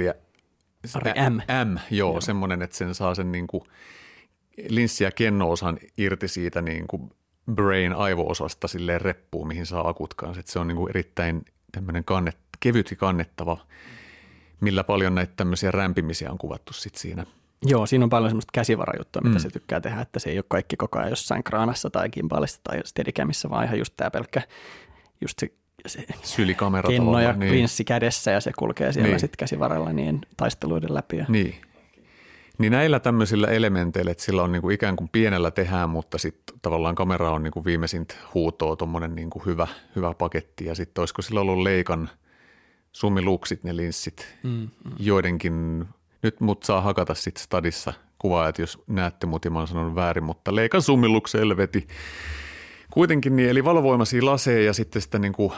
M, joo, semmoinen, että sen saa sen niin kuin linssi- ja kenno-osan irti siitä niin kuin brain-aivo-osasta silleen reppuun, mihin saa akut kanssa. Että se on niin kuin erittäin tämmöinen kevyt ja kannettava, millä paljon näitä tämmöisiä rämpimisiä on kuvattu sitten siinä. Joo, siinä on paljon semmoista käsivarajuttua, mitä se tykkää tehdä, että se ei ole kaikki koko ajan jossain kraanassa tai gimbaalissa tai steadicamissa, vaan ihan just tämä pelkkä just se sylikamera kenno ja linssi kädessä ja se kulkee siellä sitten käsivaralla niin taisteluiden läpi. Niin näillä tämmöisillä elementeillä, että sillä on niinku ikään kuin pienellä tehdään, mutta sitten tavallaan kamera on niinku viimeisintä huutoa, tuommoinen niinku hyvä paketti. Ja sitten olisiko sillä ollut Leican summiluksit, ne linssit, joidenkin, nyt mut saa hakata sitten stadissa kuvaajat, jos näette mut ja mä oon sanonut väärin, mutta Leican summilukse elveti. Kuitenkin niin, eli valovoimaisia laseja ja sitten sitä niinku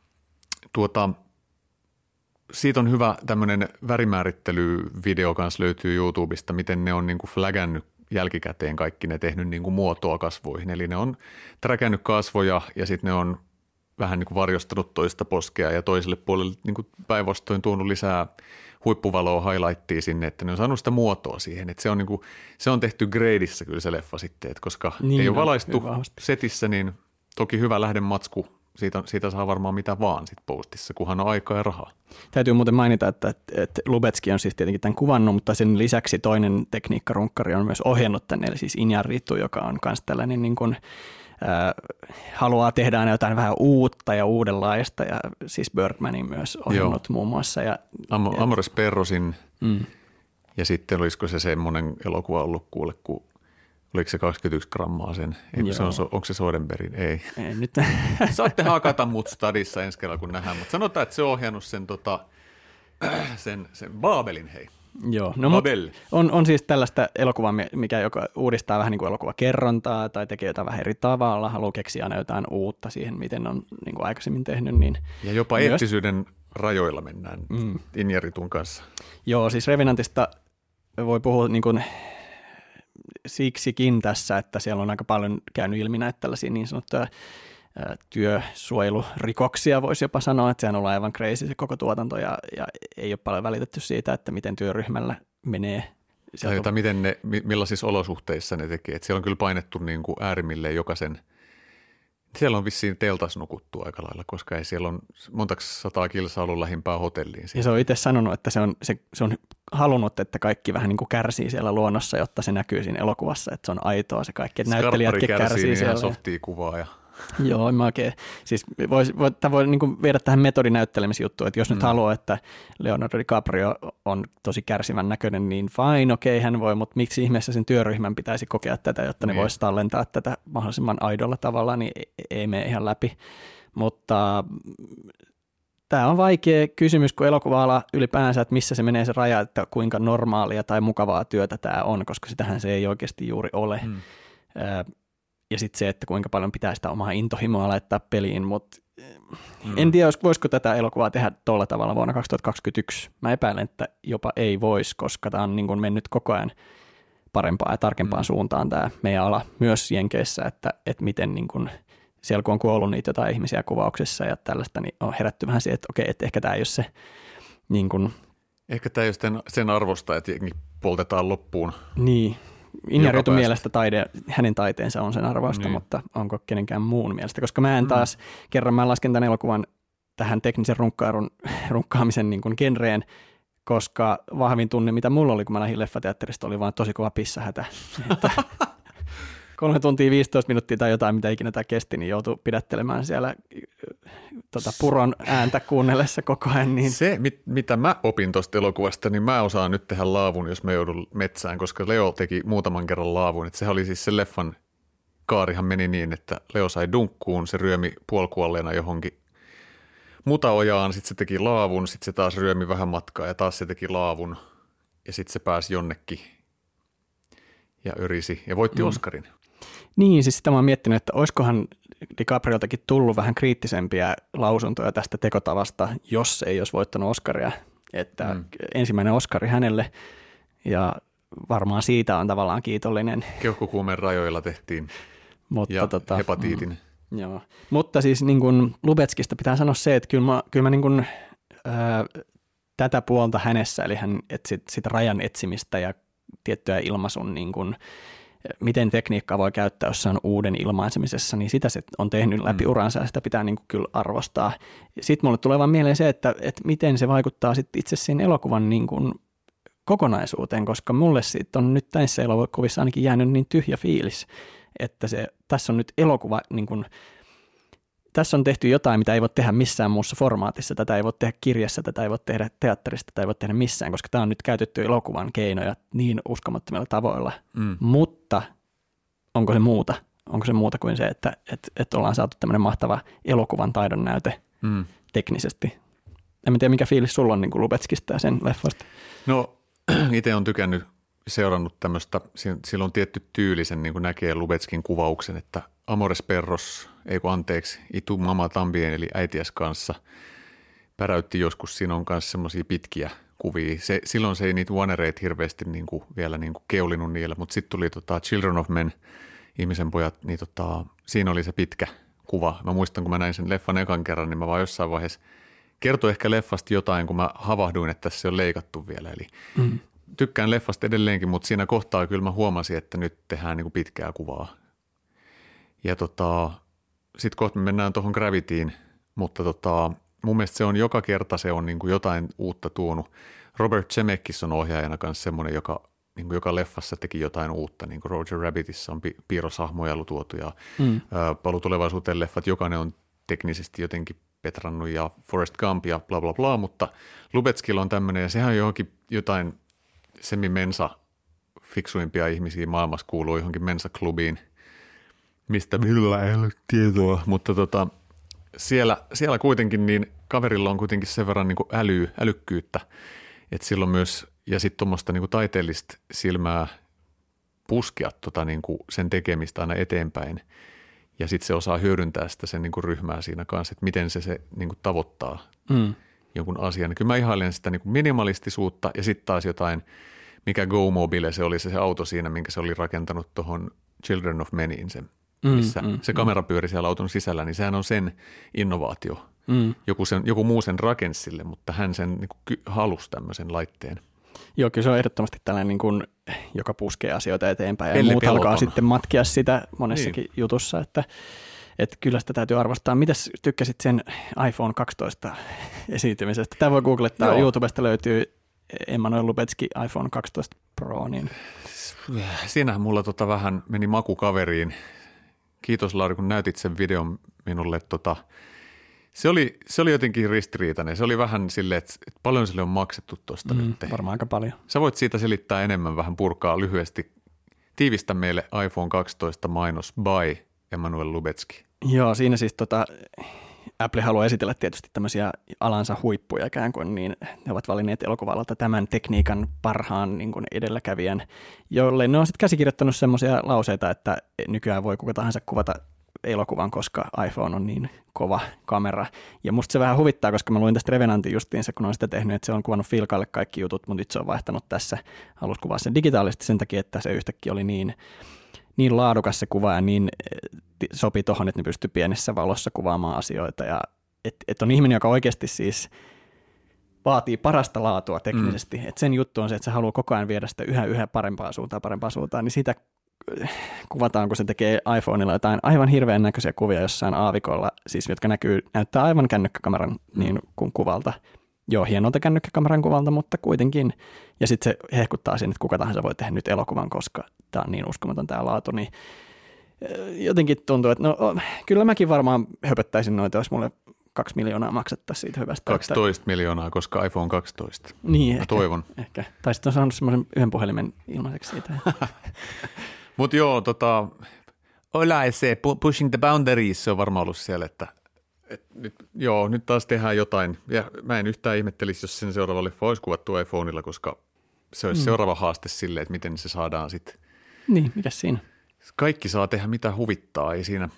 siitä on hyvä tämmöinen värimäärittelyvideo kanssa löytyy YouTubesta, miten ne on niin kuin flagannut jälkikäteen kaikki ne tehnyt niin kuin muotoa kasvoihin. Eli ne on träkännyt kasvoja ja sitten ne on vähän niin kuin varjostanut toista poskea ja toiselle puolelle niin kuin päinvastoin tuonut lisää huippuvaloa, highlightia sinne, että ne on saanut sitä muotoa siihen. Että se on tehty gradissa kyllä se leffa sitten, että koska ei ole valaistu setissä, niin toki hyvä lähdematsku. Siitä saa varmaan mitä vaan sit postissa, kunhan on aikaa ja rahaa. Täytyy muuten mainita, että Lubezki on siis tietenkin tämän kuvannut, mutta sen lisäksi toinen tekniikkarunkkari on myös ohjannut tänne, eli siis Inarritu, joka on myös tällainen niin kuin, haluaa tehdä aina jotain vähän uutta ja uudenlaista, ja siis Birdmanin myös ohjannut muun muassa. Amores Perrosin, ja sitten olisiko se semmoinen elokuva ollut kuule, kun oliko se 21 grammaa sen? Onko se Soderberghin? Ei nyt. Saatte hakata mut stadissa ensi kerralla, kun nähdään. Mutta sanotaan, että se on ohjannut sen Babelin, hei. Joo, no on siis tällaista elokuvaa, mikä joka uudistaa vähän niin kuin elokuvakerrontaa tai tekee jotain vähän eri tavalla, haluaa keksiä aina jotain uutta siihen, miten on niin kuin aikaisemmin tehnyt. Niin ja jopa myös eettisyyden rajoilla mennään Injäritun kanssa. Joo, siis Revenantista voi puhua niin kuin siksikin tässä, että siellä on aika paljon käynyt ilmi näitä tällaisia niin sanottuja työsuojelurikoksia, voisi jopa sanoa, että sehän on aivan crazy se koko tuotanto ja ei ole paljon välitetty siitä, että miten työryhmällä menee. Tai miten millaisissa olosuhteissa ne tekee. Että siellä on kyllä painettu niin kuin äärimmilleen jokaisen. Siellä on vissiin teltas nukuttu aika lailla, koska ei siellä on montaksi 100 kilsaa ollut lähimpää hotelliin. Ja se on itse sanonut, että se on halunnut, että kaikki vähän niin kuin kärsii siellä luonnossa, jotta se näkyy siinä elokuvassa, että se on aitoa se kaikki. Että näyttelijätkin kärsii niin siellä. Softia kuvaa ja joo, en mä oikein. Siis voi niin kuin viedä tähän metodinäyttelemisjuttuun, että jos nyt haluaa, että Leonardo DiCaprio on tosi kärsivän näköinen, niin fine, okei, hän voi, mutta miksi ihmeessä sen työryhmän pitäisi kokea tätä, jotta ne voisi tallentaa tätä mahdollisimman aidolla tavalla, niin ei mene ihan läpi. Mutta tämä on vaikea kysymys, kun elokuva-ala ylipäänsä, että missä se menee se raja, että kuinka normaalia tai mukavaa työtä tämä on, koska sitähän se ei oikeasti juuri ole. Ja sitten se, että kuinka paljon pitää sitä omaa intohimoa laittaa peliin, mutta en tiedä, voisiko tätä elokuvaa tehdä tuolla tavalla vuonna 2021. Mä epäilen, että jopa ei voisi, koska tämä on niin kuin mennyt koko ajan parempaan ja tarkempaan suuntaan tämä meidän ala myös Jenkeissä, että miten niin kuin siellä kun on kuollut niitä jotain ihmisiä kuvauksessa ja tällaista, niin on herätty vähän siihen, että okei, että ehkä tämä ei ole se niin kuin ehkä tämä ei ole sen arvosta, että poltetaan loppuun. Niin. Injäritun mielestä hänen taiteensa on sen arvoista, mutta onko kenenkään muun mielestä? Koska mä en taas, kerran mä lasken tämän elokuvan tähän teknisen runkkaamisen niin kuin genreen, koska vahvin tunne, mitä mulla oli, kun mä lähdin leffateatterista, oli vaan tosi kova pissahätä. 3 tuntia 15 minuuttia tai jotain, mitä ikinä tämä kesti, niin joutui pidättelemään siellä puron ääntä kuunnellessa koko ajan. Niin se, mitä mä opin tuosta elokuvasta, niin mä osaan nyt tehdä laavun, jos mä joudun metsään, koska Leo teki muutaman kerran laavun. Että sehän oli siis se leffan kaarihan meni niin, että Leo sai dunkkuun, se ryömi puolikuolleena johonkin mutaojaan, sitten se teki laavun, sitten se taas ryömi vähän matkaa ja taas se teki laavun ja sitten se pääsi jonnekin ja örisi ja voitti Oscarin. Niin, siis sitä mä oon miettinyt, että olisikohan DiCaprioltakin tullut vähän kriittisempiä lausuntoja tästä tekotavasta, jos ei olisi voittanut Oscaria. Että ensimmäinen Oscari hänelle ja varmaan siitä on tavallaan kiitollinen. Keuhkokuumeen rajoilla tehtiin mutta ja hepatiitin. Joo, mutta siis niin kuin Lubezkista pitää sanoa se, että kyllä mä niin kuin, tätä puolta hänessä, eli hän sitä rajan etsimistä ja tiettyä ilmaisun, niin kuin, miten tekniikkaa voi käyttää jossain uuden ilmaisemisessa, niin sitä se on tehnyt läpi uransa ja sitä pitää niin kuin kyllä arvostaa. Sitten mulle tulee vaan mieleen se, että miten se vaikuttaa sitten itse siinä elokuvan niin kuin kokonaisuuteen, koska mulle siitä on nyt näissä elokuvissa ainakin jäänyt niin tyhjä fiilis, että tässä on nyt elokuva, niin kuin, tässä on tehty jotain, mitä ei voi tehdä missään muussa formaatissa, tätä ei voi tehdä kirjassa, tätä ei voi tehdä teatterista, tätä ei voi tehdä missään, koska tämä on nyt käytetty elokuvan keinoja niin uskomattomilla tavoilla, mutta onko se muuta? Onko se muuta kuin se, että ollaan saatu tämmöinen mahtava elokuvan taidon näyte teknisesti? En tiedä, mikä fiilis sulla on niin kuin Lubezkista ja sen leffoista. No itse on seurannut tämmöistä, sillä on tietty tyylisen, niin kuin näkee Lubezkin kuvauksen, että Amores Perros, Itu Mama Tambien, eli äitiäs kanssa, päräytti joskus, siinä on myös semmoisia pitkiä kuvia. Silloin se ei niitä one-rate hirveästi niin kuin, vielä niin kuin keulinut niillä, mutta sitten tuli Children of Men, ihmisen pojat, niin siinä oli se pitkä kuva. Mä muistan, kun mä näin sen leffan ekan kerran, niin mä vaan jossain vaiheessa kertoi ehkä leffasta jotain, kun mä havahduin, että tässä on leikattu vielä, eli tykkään leffasta edelleenkin, mutta siinä kohtaa kyllä mä huomasin, että nyt tehdään niin kuin pitkää kuvaa. Ja sitten kohta me mennään tuohon Gravityin, mutta mun mielestä se on joka kerta se on niin kuin jotain uutta tuonut. Robert Zemeckis on ohjaajana kanssa semmoinen, niin kuin joka leffassa teki jotain uutta, niin kuin Roger Rabbitissa on piirroshahmoja tuotu ja Paluu tulevaisuuteen leffat, jokainen on teknisesti jotenkin petrannut ja Forrest Gump ja bla bla bla, mutta Lubezkilla on tämmöinen ja sehän on johonkin jotain semi-mensa fiksuimpia ihmisiä maailmassa kuuluu johonkin mensa-klubiin, mistä minulla ei ole tietoa, mutta siellä kuitenkin niin kaverilla on kuitenkin sen verran niin kuin älykkyyttä, että sillä on myös ja sitten tuommoista niin taiteellista silmää puskea niin sen tekemistä aina eteenpäin. Ja sitten se osaa hyödyntää sitä sen niin ryhmää siinä kanssa, että miten se niin tavoittaa jonkun asian. Kyllä mä ihailen sitä niin minimalistisuutta ja sitten taas jotain, mikä Go Mobile se oli se auto siinä, minkä se oli rakentanut tuohon Children of Meniin se, missä se kamera pyöri siellä auton sisällä, niin sehän on sen innovaatio. Joku muu sen rakensi sille, mutta hän sen niin halusi tämmöisen laitteen. Joo, kyllä se on ehdottomasti tällainen, niin kuin, joka puskee asioita eteenpäin ja muut alkaa sitten matkia sitä monessakin jutussa, että kyllä sitä täytyy arvostaa. Mitäs tykkäsit sen iPhone 12 esiintymisestä? Tämä voi googlettaa, YouTubesta löytyy Emmanuel Lubezki iPhone 12 Pro. Niin. Siinähän mulla vähän meni maku Kiitos Lauri, kun näytit sen videon minulle. Se oli jotenkin ristiriitainen. Se oli vähän silleen, että paljon sille on maksettu tuosta nyt. Varmaan aika paljon. Sä voit siitä selittää enemmän, vähän purkaa lyhyesti. Tiivistä meille iPhone 12 mainos by Emmanuel Lubezki. Joo, siinä siis Apple haluaa esitellä tietysti tämmöisiä alansa huippuja ikään kuin, niin ne ovat valinneet elokuva-alalta tämän tekniikan parhaan niin kuin edelläkävijän, jolle ne on sitten käsikirjoittanut semmoisia lauseita, että nykyään voi kuka tahansa kuvata elokuvan, koska iPhone on niin kova kamera. Ja musta se vähän huvittaa, koska mä luin tästä Revenantin justiinsa, kun on sitä tehnyt, että se on kuvannut Filkalle kaikki jutut, mutta itse on vaihtanut tässä, halusi kuvaa sen digitaalisesti sen takia, että se yhtäkkiä oli niin laadukas se kuva ja niin sopi tuohon, että ne pystyy pienessä valossa kuvaamaan asioita. Ja että on ihminen, joka oikeasti siis vaatii parasta laatua teknisesti. Että sen juttu on se, että se haluaa koko ajan viedä sitä yhä parempaan suuntaan, niin sitä kuvataan, kun se tekee iPhoneilla jotain aivan hirveän näköisiä kuvia jossain aavikolla, siis jotka näyttää aivan kännykkäkameran niin kuin kuvalta. Joo, hienolta kännykkäkameran kuvalta, mutta kuitenkin. Ja sitten se hehkuttaa siinä, että kuka tahansa voi tehdä nyt elokuvan, koska tämä on niin uskomaton tämä laatu. Niin jotenkin tuntuu, että kyllä mäkin varmaan höpöttäisin noita, jos mulle 2 miljoonaa maksettaisiin siitä hyvästä. 12 miljoonaa, koska iPhone 12. Niin, mä toivon. Ehkä. Tai sitten on saanut semmoisen yhden puhelimen ilmaiseksi siitä. Mutta joo, pushing the boundaries, se on varmaan ollut siellä, että nyt taas tehdään jotain. Ja mä en yhtään ihmettelisi, jos sen seuraava leffa olisi kuvattu iPhoneilla, koska se olisi seuraava haaste sille, että miten se saadaan sitten. Niin, mikäs siinä? Kaikki saa tehdä mitä huvittaa, ei siinä.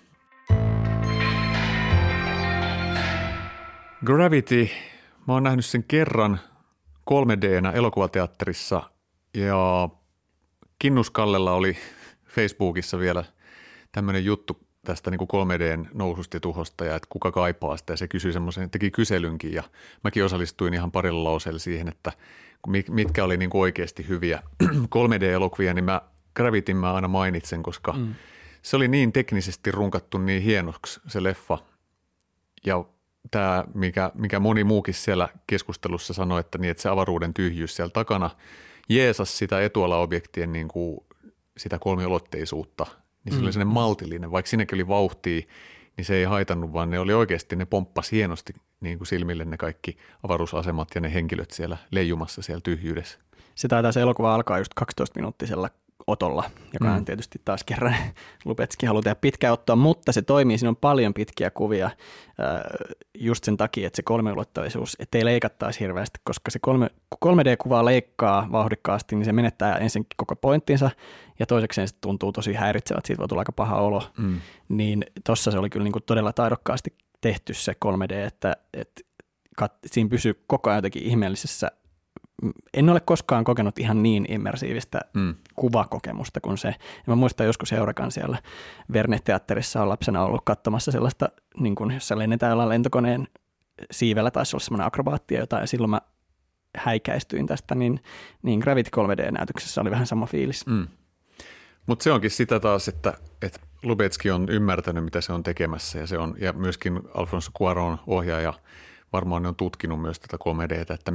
Gravity, mä oon nähnyt sen kerran 3D:nä elokuvateatterissa ja Kinnus Kallella oli Facebookissa vielä tämmöinen juttu tästä niin kuin 3D:n noususta ja tuhosta ja että kuka kaipaa sitä ja se kysyi semmoisen, teki kyselynkin ja mäkin osallistuin ihan parilla lauseella siihen, että mitkä oli niin kuin oikeasti hyviä 3D-elokuvia, niin Gravityn mä aina mainitsen, koska se oli niin teknisesti runkattu niin hienoksi se leffa ja tämä, mikä moni muukin siellä keskustelussa sanoi, että se avaruuden tyhjyys siellä takana jeesas sitä etualaobjektien niin kuin sitä kolmiulotteisuutta, niin se oli sellainen maltillinen, vaikka siinäkin oli vauhtia, niin se ei haitannut, vaan ne oli oikeasti, ne pomppasi hienosti niin kuin silmille ne kaikki avaruusasemat ja ne henkilöt siellä leijumassa siellä tyhjyydessä. Se taitaa se elokuva alkaa just 12-minuuttisella otolla, joka on tietysti taas kerran Lubezki haluaa tehdä pitkää ottoa, mutta se toimii, siinä on paljon pitkiä kuvia just sen takia, että se kolmiulotteisuus, ettei leikattaisi hirveästi, koska se 3D-kuvaa leikkaa vauhdikkaasti, niin se menettää ensin koko pointtinsa ja toisekseen se tuntuu tosi häiritsevät, siitä voi tulla aika paha olo, niin tossa se oli kyllä niin kuin todella taidokkaasti tehty se 3D, että siinä pysyy koko ajan jotenkin ihmeellisessä. En ole koskaan kokenut ihan niin immersiivistä kuvakokemusta kuin se. Ja mä muistan joskus Eurakan siellä Verne-teatterissa on lapsena ollut katsomassa sellaista, niin kuin jossa lennetään jollain lentokoneen siivellä, taisi olla semmoinen akrobaattia jotain, ja silloin mä häikäistyin tästä, niin Gravity 3D-näytöksessä oli vähän sama fiilis. Mutta se onkin sitä taas, että Lubezki on ymmärtänyt, mitä se on tekemässä, ja myöskin Alfonso Cuarón ohjaaja varmaan ne on tutkinut myös tätä 3D:tä, että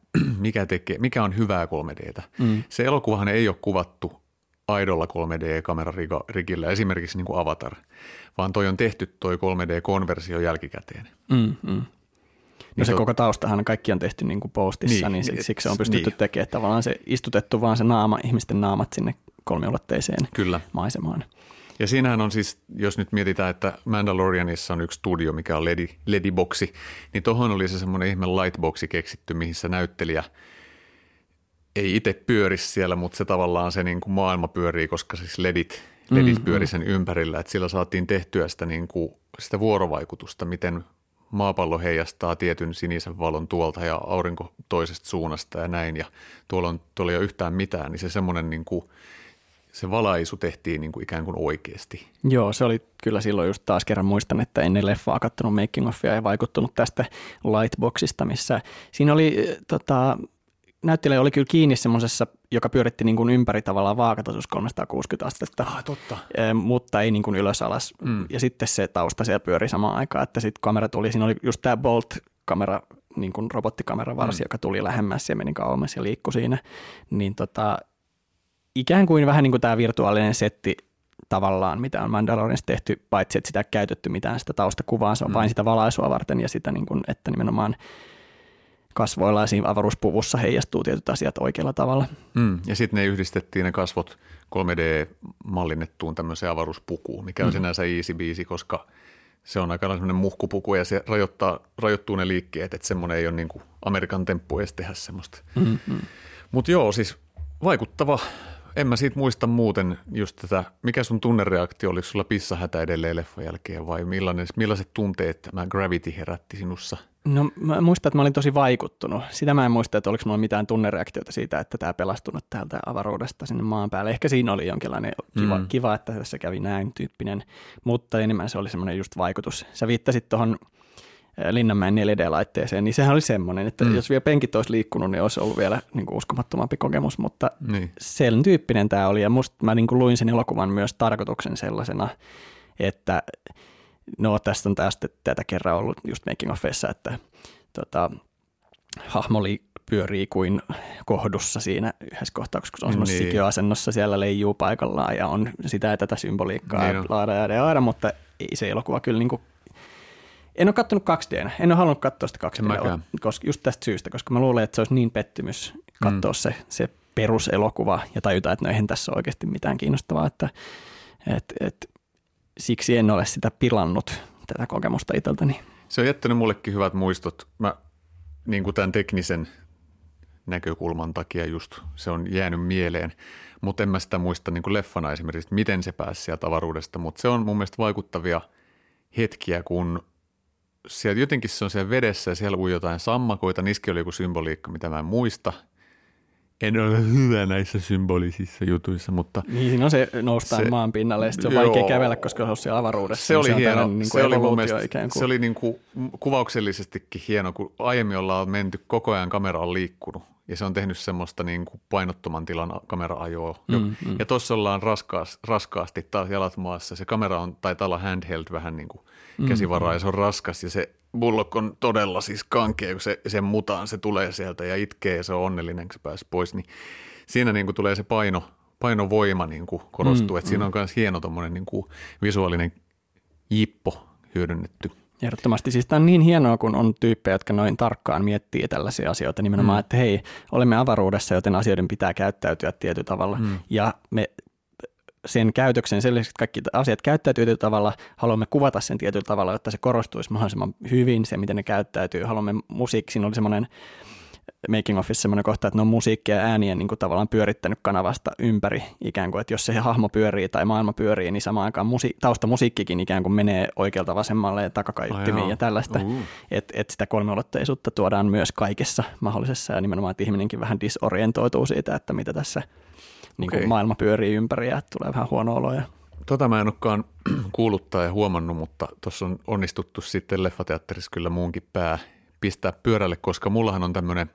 mikä on hyvää 3D:tä. Se elokuvahan ei ole kuvattu aidolla 3D-kamerarigillä, esimerkiksi niin kuin Avatar, vaan toi on tehty toi 3D-konversio jälkikäteen. No se koko taustahan kaikki on tehty niin kuin postissa, niin siksi se on pystytty tekemään tavallaan se istutettu vaan se naama, ihmisten naamat sinne kolmiulotteiseen maisemaan. Ja siinähän on siis, jos nyt mietitään, että Mandalorianissa on yksi studio, mikä on LED-boksi, niin tohon oli se semmoinen ihme lightboxi keksitty, mihin näyttelijä ei itse pyöri siellä, mutta se tavallaan se niin kuin maailma pyörii, koska siis ledit pyöri sen ympärillä, että sillä saatiin tehtyä sitä, niin kuin, sitä vuorovaikutusta, miten maapallo heijastaa tietyn sinisen valon tuolta ja aurinko toisesta suunnasta ja näin, ja tuolla ei ole yhtään mitään, niin se semmoinen niin kuin, se valaisu tehtiin niin kuin ikään kuin oikeasti. Joo, se oli kyllä silloin just taas kerran muistan, että ennen leffaa katsonut making offia ja vaikuttunut tästä Lightboxista, missä siinä oli näyttelijä oli kyllä kiinni semmoisessa, joka pyöritti niin kuin ympäri tavallaan vaakatasous 360 astetta, Totta. Mutta ei niin kuin ylös alas. Ja sitten se tausta siellä pyöri samaan aikaan, että sitten kamera tuli, siinä oli just tämä Bolt-kamera, niin kuin robottikamera varsi, joka tuli lähemmäs ja meni kauemmas ja liikkui siinä. Niin ikään kuin vähän niin kuin tämä virtuaalinen setti tavallaan, mitä on Mandalorianissa tehty, paitsi että sitä ei käytetty mitään sitä taustakuvaa, se on vain sitä valaisua varten ja sitä, niin kuin, että nimenomaan kasvoilla ja siinä avaruuspuvussa heijastuu tietyt asiat oikealla tavalla. Ja sitten ne yhdistettiin ne kasvot 3D-mallinnettuun tämmöiseen avaruuspukuun, mikä on sinänsä easy biisi, koska se on aika semmoinen muhkupuku ja se rajoittuu ne liikkeet, että semmoinen ei ole niin kuin Amerikan temppu edes tehdä semmoista. Mutta joo, siis vaikuttava. En mä siitä muista muuten just tätä, mikä sun tunnereaktio, oliko sulla pissahätä edelleen leffan jälkeen vai millaiset tunteet tämä Gravity herätti sinussa? No mä muistan, että mä olin tosi vaikuttunut. Sitä mä en muista, että oliko mulla mitään tunnereaktiota siitä, että tämä pelastunut täältä avaruudesta sinne maan päälle. Ehkä siinä oli jonkinlainen kiva, että tässä kävi näin tyyppinen, mutta enemmän se oli semmoinen just vaikutus. Sä viittasit tuohon Linnanmäen 4D-laitteeseen, niin sehän oli semmoinen, että jos vielä penkit olisi liikkunut, niin olisi ollut vielä niin kuin uskomattomampi kokemus, mutta sen tyyppinen tämä oli, ja musta mä niin kuin luin sen elokuvan myös tarkoituksen sellaisena, että no tästä on tätä kerran ollut just making offissa, että hahmo pyörii kuin kohdussa siinä yhdessä kohtauksessa, kun se on semmoisessa sikiöasennossa, siellä leijuu paikallaan ja on sitä ja tätä symboliikkaa, laada, mutta ei se elokuva kyllä niin kuin. En ole katsonut 2D:nä, en ole halunnut katsoa sitä 2D:llä, just tästä syystä, koska mä luulen, että se olisi niin pettymys katsoa se peruselokuva ja tajuta, että no eihän tässä ole oikeasti mitään kiinnostavaa, että siksi en ole sitä pilannut tätä kokemusta itseltäni. Se on jättänyt mullekin hyvät muistot. Mä niin kuin tämän teknisen näkökulman takia just se on jäänyt mieleen, mutta en mä sitä muista niin kuin leffana esimerkiksi, miten se pääsi sieltä avaruudesta, mutta se on mun mielestä vaikuttavia hetkiä, kun sieltä jotenkin se on siellä vedessä ja siellä ui jotain sammakoita, niski oli joku symboliikka, mitä mä en muista. En ole hyvä näissä symbolisissa jutuissa, mutta niin, siinä on se noustaan maan pinnalle ja se on vaikea kävellä, koska se on siellä avaruudessa. Se oli hieno. Niin se oli mun mielestä, se oli niin kuin kuvauksellisestikin hieno, kun aiemmin ollaan menty, koko ajan kamera on liikkunut ja se on tehnyt semmoista niin kuin painottoman tilan kamera-ajoa. Ja tuossa ollaan raskaasti taas jalat maassa. Se kamera taitaa olla handheld vähän niin kuin käsivaraa ja se on raskas ja se Bullock on todella siis kankea, kun sen mutaan se tulee sieltä ja itkee ja se on onnellinen, kun se pääsi pois. Niin siinä niin kuin tulee se painovoima niin kuin korostuu, että siinä on myös hieno tommoinen niin kuin visuaalinen jippo hyödynnetty. Ehdottomasti. Siis tämä on niin hienoa, kun on tyyppejä, jotka noin tarkkaan miettii tällaisia asioita nimenomaan, että hei, olemme avaruudessa, joten asioiden pitää käyttäytyä tietyllä tavalla. Ja me sen käytöksen, sen lisäksi, että kaikki asiat käyttäytyy tietyllä tavalla, haluamme kuvata sen tietyllä tavalla, jotta se korostuisi mahdollisimman hyvin, se miten ne käyttäytyy. Haluamme musiikki, siinä oli semmoinen making office semmoinen kohta, että ne on musiikkia ja ääniä niin kuin tavallaan pyörittänyt kanavasta ympäri ikään kuin, että jos se hahmo pyörii tai maailma pyörii, niin samaan aikaan taustamusiikkikin ikään kuin menee oikealta vasemmalle ja takakaiuttimiin ja tällaista, että sitä kolmiulotteisuutta tuodaan myös kaikessa mahdollisessa ja nimenomaan, että ihminenkin vähän disorientoituu siitä, että mitä tässä niin kuin maailma pyörii ympäri ja tulee vähän huono olo. Tota mä en olekaan kuullut tai huomannut, mutta tuossa on onnistuttu sitten leffateatterissa kyllä muunkin pää pistää pyörälle, koska mullahan on tämmöinen,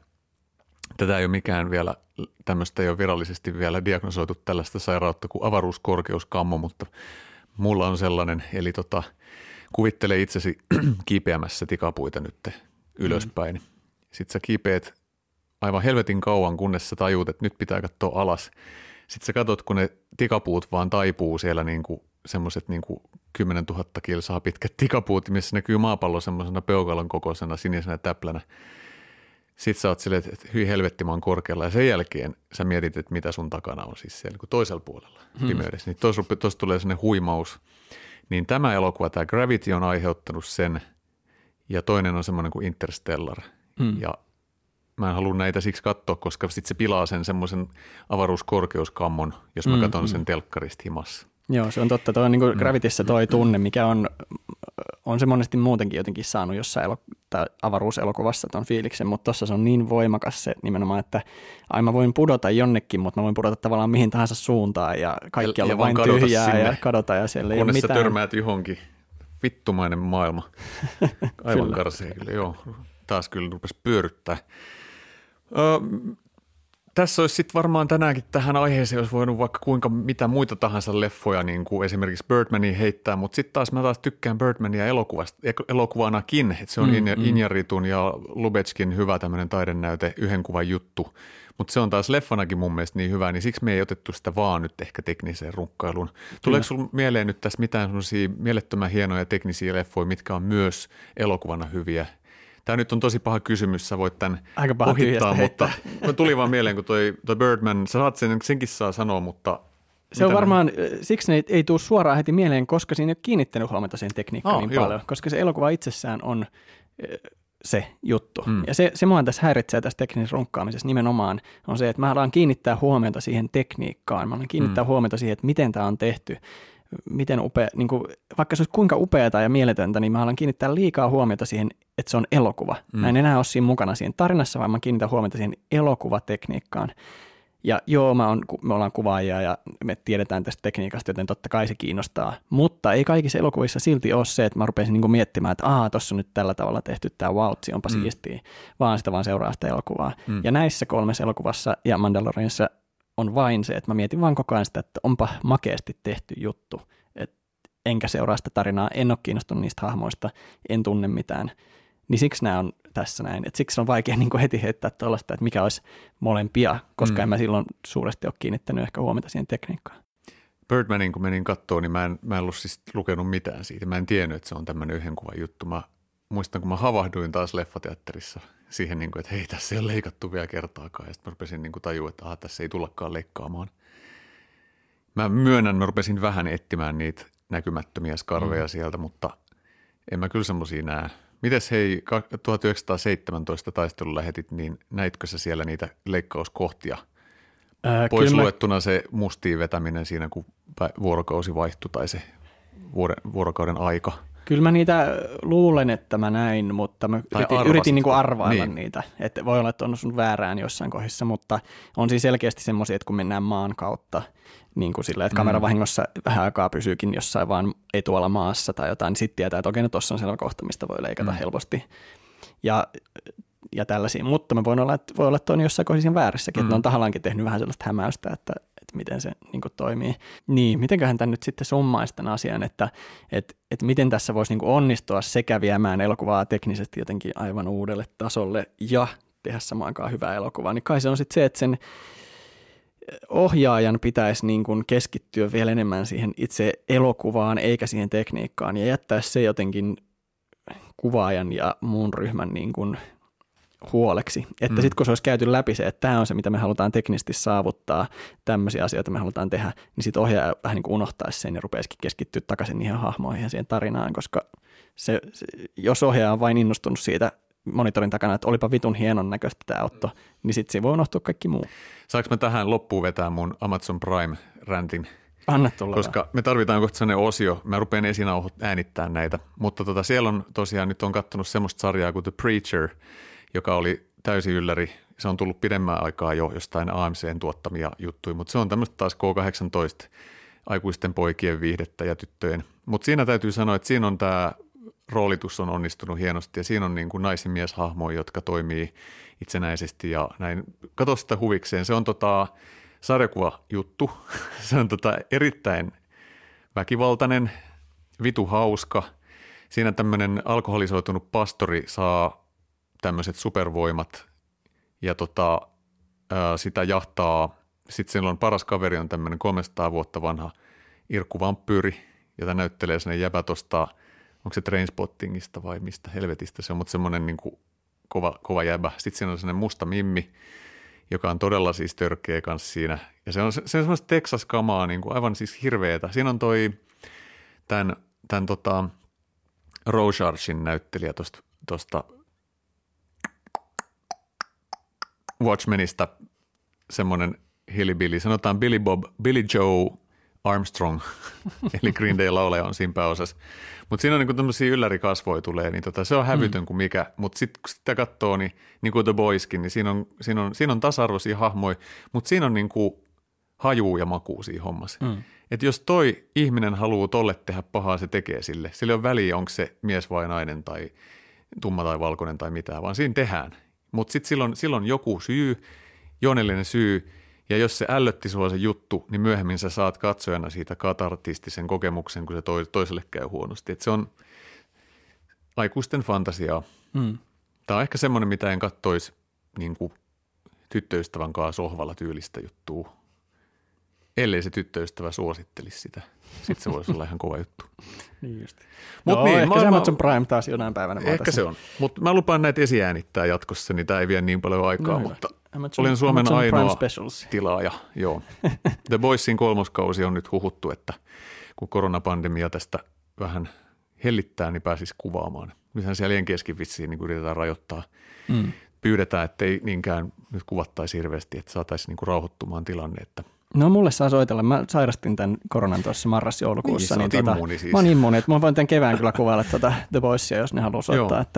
tätä ei ole mikään vielä, tämmöistä ei ole virallisesti vielä diagnosoitu tällaista sairautta kuin avaruuskorkeuskammo, mutta mulla on sellainen, eli kuvittele itsesi kiipeämässä tikapuita nyt ylöspäin. Sitten sä kiipeät aivan helvetin kauan, kunnes sä tajuut, että nyt pitää katsoa alas. Sitten sä katsot, kun ne tikapuut vaan taipuu siellä niinku semmoiset niinku 10 000 kilsaa pitkät tikapuut, missä näkyy maapallo semmoisena peukalon kokoisena sinisenä täplänä. Sitten sä oot silleen, että hyi helvetti, mä oon korkealla. Ja sen jälkeen sä mietit, että mitä sun takana on siis siellä toisella puolella pimeydessä. Niin tuossa tulee sellainen huimaus. Niin tämä elokuva, tämä Gravity on aiheuttanut sen. Ja toinen on semmoinen kuin Interstellar. Ja mä en halua näitä siksi katsoa, koska sitten se pilaa sen semmoisen avaruuskorkeuskammon, jos mä katson sen telkkarista himassa. Joo, se on totta. Tuo on niin kuin Gravityssä toi tunne, mikä on se monesti muutenkin jotenkin saanut jossain avaruuselokuvassa ton fiiliksen, mutta tuossa se on niin voimakas se nimenomaan, että mä voin pudota jonnekin, mutta mä voin pudota tavallaan mihin tahansa suuntaan ja kaikki on vain tyhjää sinne, ja kadota ja siellä ei ole mitään. Kunnes sä törmäät johonkin. Vittumainen maailma. Aivan karsee kyllä, joo. Taas kyllä rupesi pyöryttää. Tässä olisi sitten varmaan tänäänkin tähän aiheeseen, olisi voinut vaikka kuinka mitä muita tahansa leffoja, niin kuin esimerkiksi Birdmania heittää, mutta sitten taas mä tykkään Birdmania elokuvanakin, että se on Injaritun ja Lubetskin hyvä tämmöinen taidenäyte, yhden kuvan juttu, mutta se on taas leffanakin mun mielestä niin hyvä, niin siksi me ei otettu sitä vaan nyt ehkä tekniseen runkkailuun. Tuleeko sinulla mieleen nyt tässä mitään sellaisia mielettömän hienoja teknisiä leffoja, mitkä on myös elokuvana hyviä? Tämä nyt on tosi paha kysymys, sä voit tämän ohittaa, mutta tuli vaan mieleen, kun toi Birdman, sä saat senkin saa sanoa, mutta... Se on varmaan, siksi ne ei tule suoraan heti mieleen, koska siinä ei ole kiinnittänyt huomiota siihen tekniikkaan niin paljon, koska se elokuva itsessään on se juttu. Ja se mua tässä häiritsee tässä teknisessä runkkaamisessa nimenomaan on se, että mä haluan kiinnittää huomiota siihen tekniikkaan, mä haluan kiinnittää huomiota siihen, että miten tämä on tehty, miten upea, niin kuin, vaikka se olisi kuinka upeata ja mieletöntä, niin mä haluan kiinnittää liikaa huomiota siihen, että se on elokuva. Mä en enää ole siinä mukana siinä tarinassa, vaan mä kiinnitän huomiota siihen elokuvatekniikkaan. Ja joo, me ollaan kuvaajia ja me tiedetään tästä tekniikasta, joten totta kai se kiinnostaa. Mutta ei kaikissa elokuvissa silti ole se, että mä rupesin niin miettimään, että tuossa on nyt tällä tavalla tehty tämä vautsi, onpa siistiä, vaan sitä vaan seuraa sitä elokuvaa. Ja näissä 3 elokuvassa ja Mandalorianissa on vain se, että mä mietin vaan koko ajan sitä, että onpa makeasti tehty juttu. Enkä seuraa sitä tarinaa, en ole kiinnostunut niistä hahmoista, en tunne mitään. Niin siksi nämä on tässä näin. Et siksi on vaikea niin heti heittää tuollaista, että mikä olisi molempia, koska en mä silloin suuresti ole kiinnittänyt ehkä huomiota siihen tekniikkaan. Birdmanin kun menin katsoa, niin mä en ollut siis lukenut mitään siitä. Mä en tiennyt, että se on tämmöinen yhden kuvan juttu. Mä muistan, kun mä havahduin taas leffateatterissa siihen, että hei, tässä ei ole leikattu vielä kertaakaan. Ja sitten mä rupesin tajua, että tässä ei tullakaan leikkaamaan. Mä myönnän, mä rupesin vähän etsimään niitä näkymättömiä skarveja sieltä, mutta en mä kyllä semmoisia näe. Mites hei, 1917 taistelulähetit, niin näitkö sä siellä niitä leikkauskohtia? Pois luettuna se mustiin vetäminen siinä, kun vuorokausi vaihtui tai se vuorokauden aika. Kyllä mä niitä luulen, että mä näin, mutta mä yritin niin kuin arvailla niitä. Että voi olla, että on sun väärään jossain kohdissa, mutta on siis selkeästi semmoisia, että kun mennään maan kautta, niin kuin sillä, että kamera vahingossa vähän aikaa pysyykin jossain vaan ei tuolla maassa tai jotain, niin sitten tietää, että okei, no tuossa on selvä kohta, mistä voi leikata helposti. Ja tällaisia, mutta voi olla, että on jossain kohdissa väärässäkin, että ne on tahallaankin tehnyt vähän sellaista hämäystä, että miten se niin kuin toimii. Niin, mitenköhän tämän nyt sitten summaisi tämän asian, että miten tässä voisi niin kuin onnistua sekä viemään elokuvaa teknisesti jotenkin aivan uudelle tasolle ja tehdä samaan aikaan hyvää elokuvaa, niin kai se on sitten se, että sen ohjaajan pitäisi niin kuin keskittyä vielä enemmän siihen itse elokuvaan eikä siihen tekniikkaan ja jättää se jotenkin kuvaajan ja muun ryhmän niin kuin huoleksi. Että sitten kun se olisi käyty läpi se, että tämä on se, mitä me halutaan teknisesti saavuttaa, tämmöisiä asioita me halutaan tehdä, niin sitten ohjaaja vähän niin kuin unohtaisi sen ja rupeisikin keskittyä takaisin niihin hahmoihin ja siihen tarinaan, koska jos ohjaaja on vain innostunut siitä monitorin takana, että olipa vitun hienon näköistä tämä otto, niin sitten siinä voi unohtua kaikki muu. Saanko mä tähän loppuun vetää mun Amazon Prime-räntin? Anna tulla. Koska me tarvitaan kohta sellainen osio, mä rupean esinauhot äänittää näitä, mutta siellä on tosiaan, nyt on katsonut semmoista sarjaa kuin The Preacher, joka oli täysin ylläri. Se on tullut pidemmän aikaa jo jostain AMC:n tuottamia juttuja, mutta se on tämmöistä taas K-18 aikuisten poikien viihdettä ja tyttöjen. Mutta siinä täytyy sanoa, että siinä on tämä roolitus on onnistunut hienosti ja siinä on niin kuin nais- ja mieshahmoja, jotka toimii itsenäisesti ja näin. Kato sitä huvikseen. Se on sarjakuva-juttu. Se on erittäin väkivaltainen, vitu hauska. Siinä tämmöinen alkoholisoitunut pastori saa tämmöiset supervoimat ja sitä jahtaa. Sitten silloin paras kaveri on tämmöinen 300 vuotta vanha irkkuvampyyri, jota näyttelee sellainen jäbä tuosta, onko se Trainspottingista vai mistä helvetistä se on, mutta semmoinen niin kuin kova jäbä. Sitten siinä on sellainen musta mimmi, joka on todella siis törkeä kanssa siinä. Ja se on semmoista Texas-kamaa, niin kuin aivan siis hirveetä. Siinä on tämän Rorschachin näyttelijä tuosta Watchmenista semmoinen hillbilly, sanotaan Billy Joe Armstrong, eli Green Day laulaja on siinä pääosassa. Mutta siinä on niinku tämmöisiä yllärikasvoja tulee, niin se on hävytön kuin mikä. Mutta sitten kun sitä katsoo, niin kuin The Boyskin, niin siinä on tasa-arvoisia hahmoja, mutta siinä on niinku hajuu ja makuu siinä hommassa. Että jos toi ihminen haluaa tolle tehdä pahaa, se tekee sille. Sillä on väliä, onko se mies vai nainen tai tumma tai valkoinen tai mitään, vaan siinä tehdään. Mutta sitten silloin joku syy, jonellinen syy, ja jos se ällötti sua se juttu, niin myöhemmin sä saat katsojana siitä katartistisen kokemuksen, kun se toiselle käy huonosti. Et se on aikuisten fantasiaa. Tämä on ehkä semmoinen, mitä en kattoisi niin kuin tyttöystävän kanssa sohvalla tyylistä juttua, ellei se tyttöystävä suosittelisi sitä. Sitten se voisi olla ihan kova juttu. Niin just. Ehkä se Amazon Prime taas jonain päivänä. Ehkä se on, mutta mä lupaan näitä esiäänittää jatkossa, niin tämä ei vie niin paljon aikaa, mutta olen Suomen ainoa tilaaja. Joo. The Boysin 3. kausi on nyt huhuttu, että kun koronapandemia tästä vähän hellittää, niin pääsisi kuvaamaan. Nythän siellä Jenkeskin vissiin niin yritetään rajoittaa. Pyydetään, ettei niinkään nyt kuvattaisi hirveästi, että saataisiin niin kuin rauhoittumaan tilanne. Että no mulle saa soitella. Mä sairastin tämän koronan tuossa marras-joulukuussa. Niin immuuni siis. Mä oon immuuni, että mä voin tämän kevään kyllä kuvailla The Boysia, jos ne haluaa soittaa. Että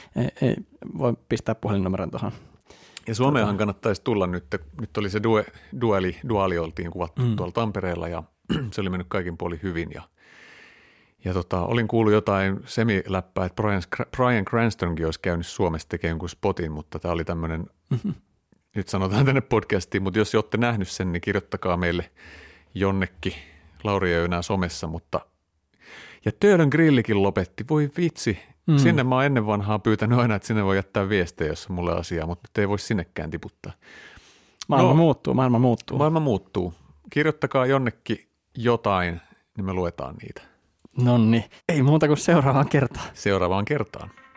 voi pistää puhelinnumeron tuohon. Ja Suomeenhan kannattaisi tulla nyt. Nyt oli se duaali oltiin kuvattu tuolla Tampereella ja se oli mennyt kaikin puolin hyvin. Ja olin kuullut jotain semiläppää, että Bryan Cranstonkin olisi käynyt Suomessa tekemään jonkun spotin, mutta tämä oli tämmöinen, nyt sanotaan tänne podcastiin, mutta jos olette nähnyt sen, niin kirjoittakaa meille jonnekin. Lauri ei enää somessa, mutta ja Töölön grillikin lopetti, voi vitsi. Sinne mä oon ennen vanhaa pyytänyt aina, että sinne voi jättää viestejä, jos on mulle asiaa, mutta nyt ei voi sinnekään tiputtaa. Maailma muuttuu. Maailma muuttuu. Kirjoittakaa jonnekin jotain, niin me luetaan niitä. Nonni, ei muuta kuin seuraavaan kertaan. Seuraavaan kertaan.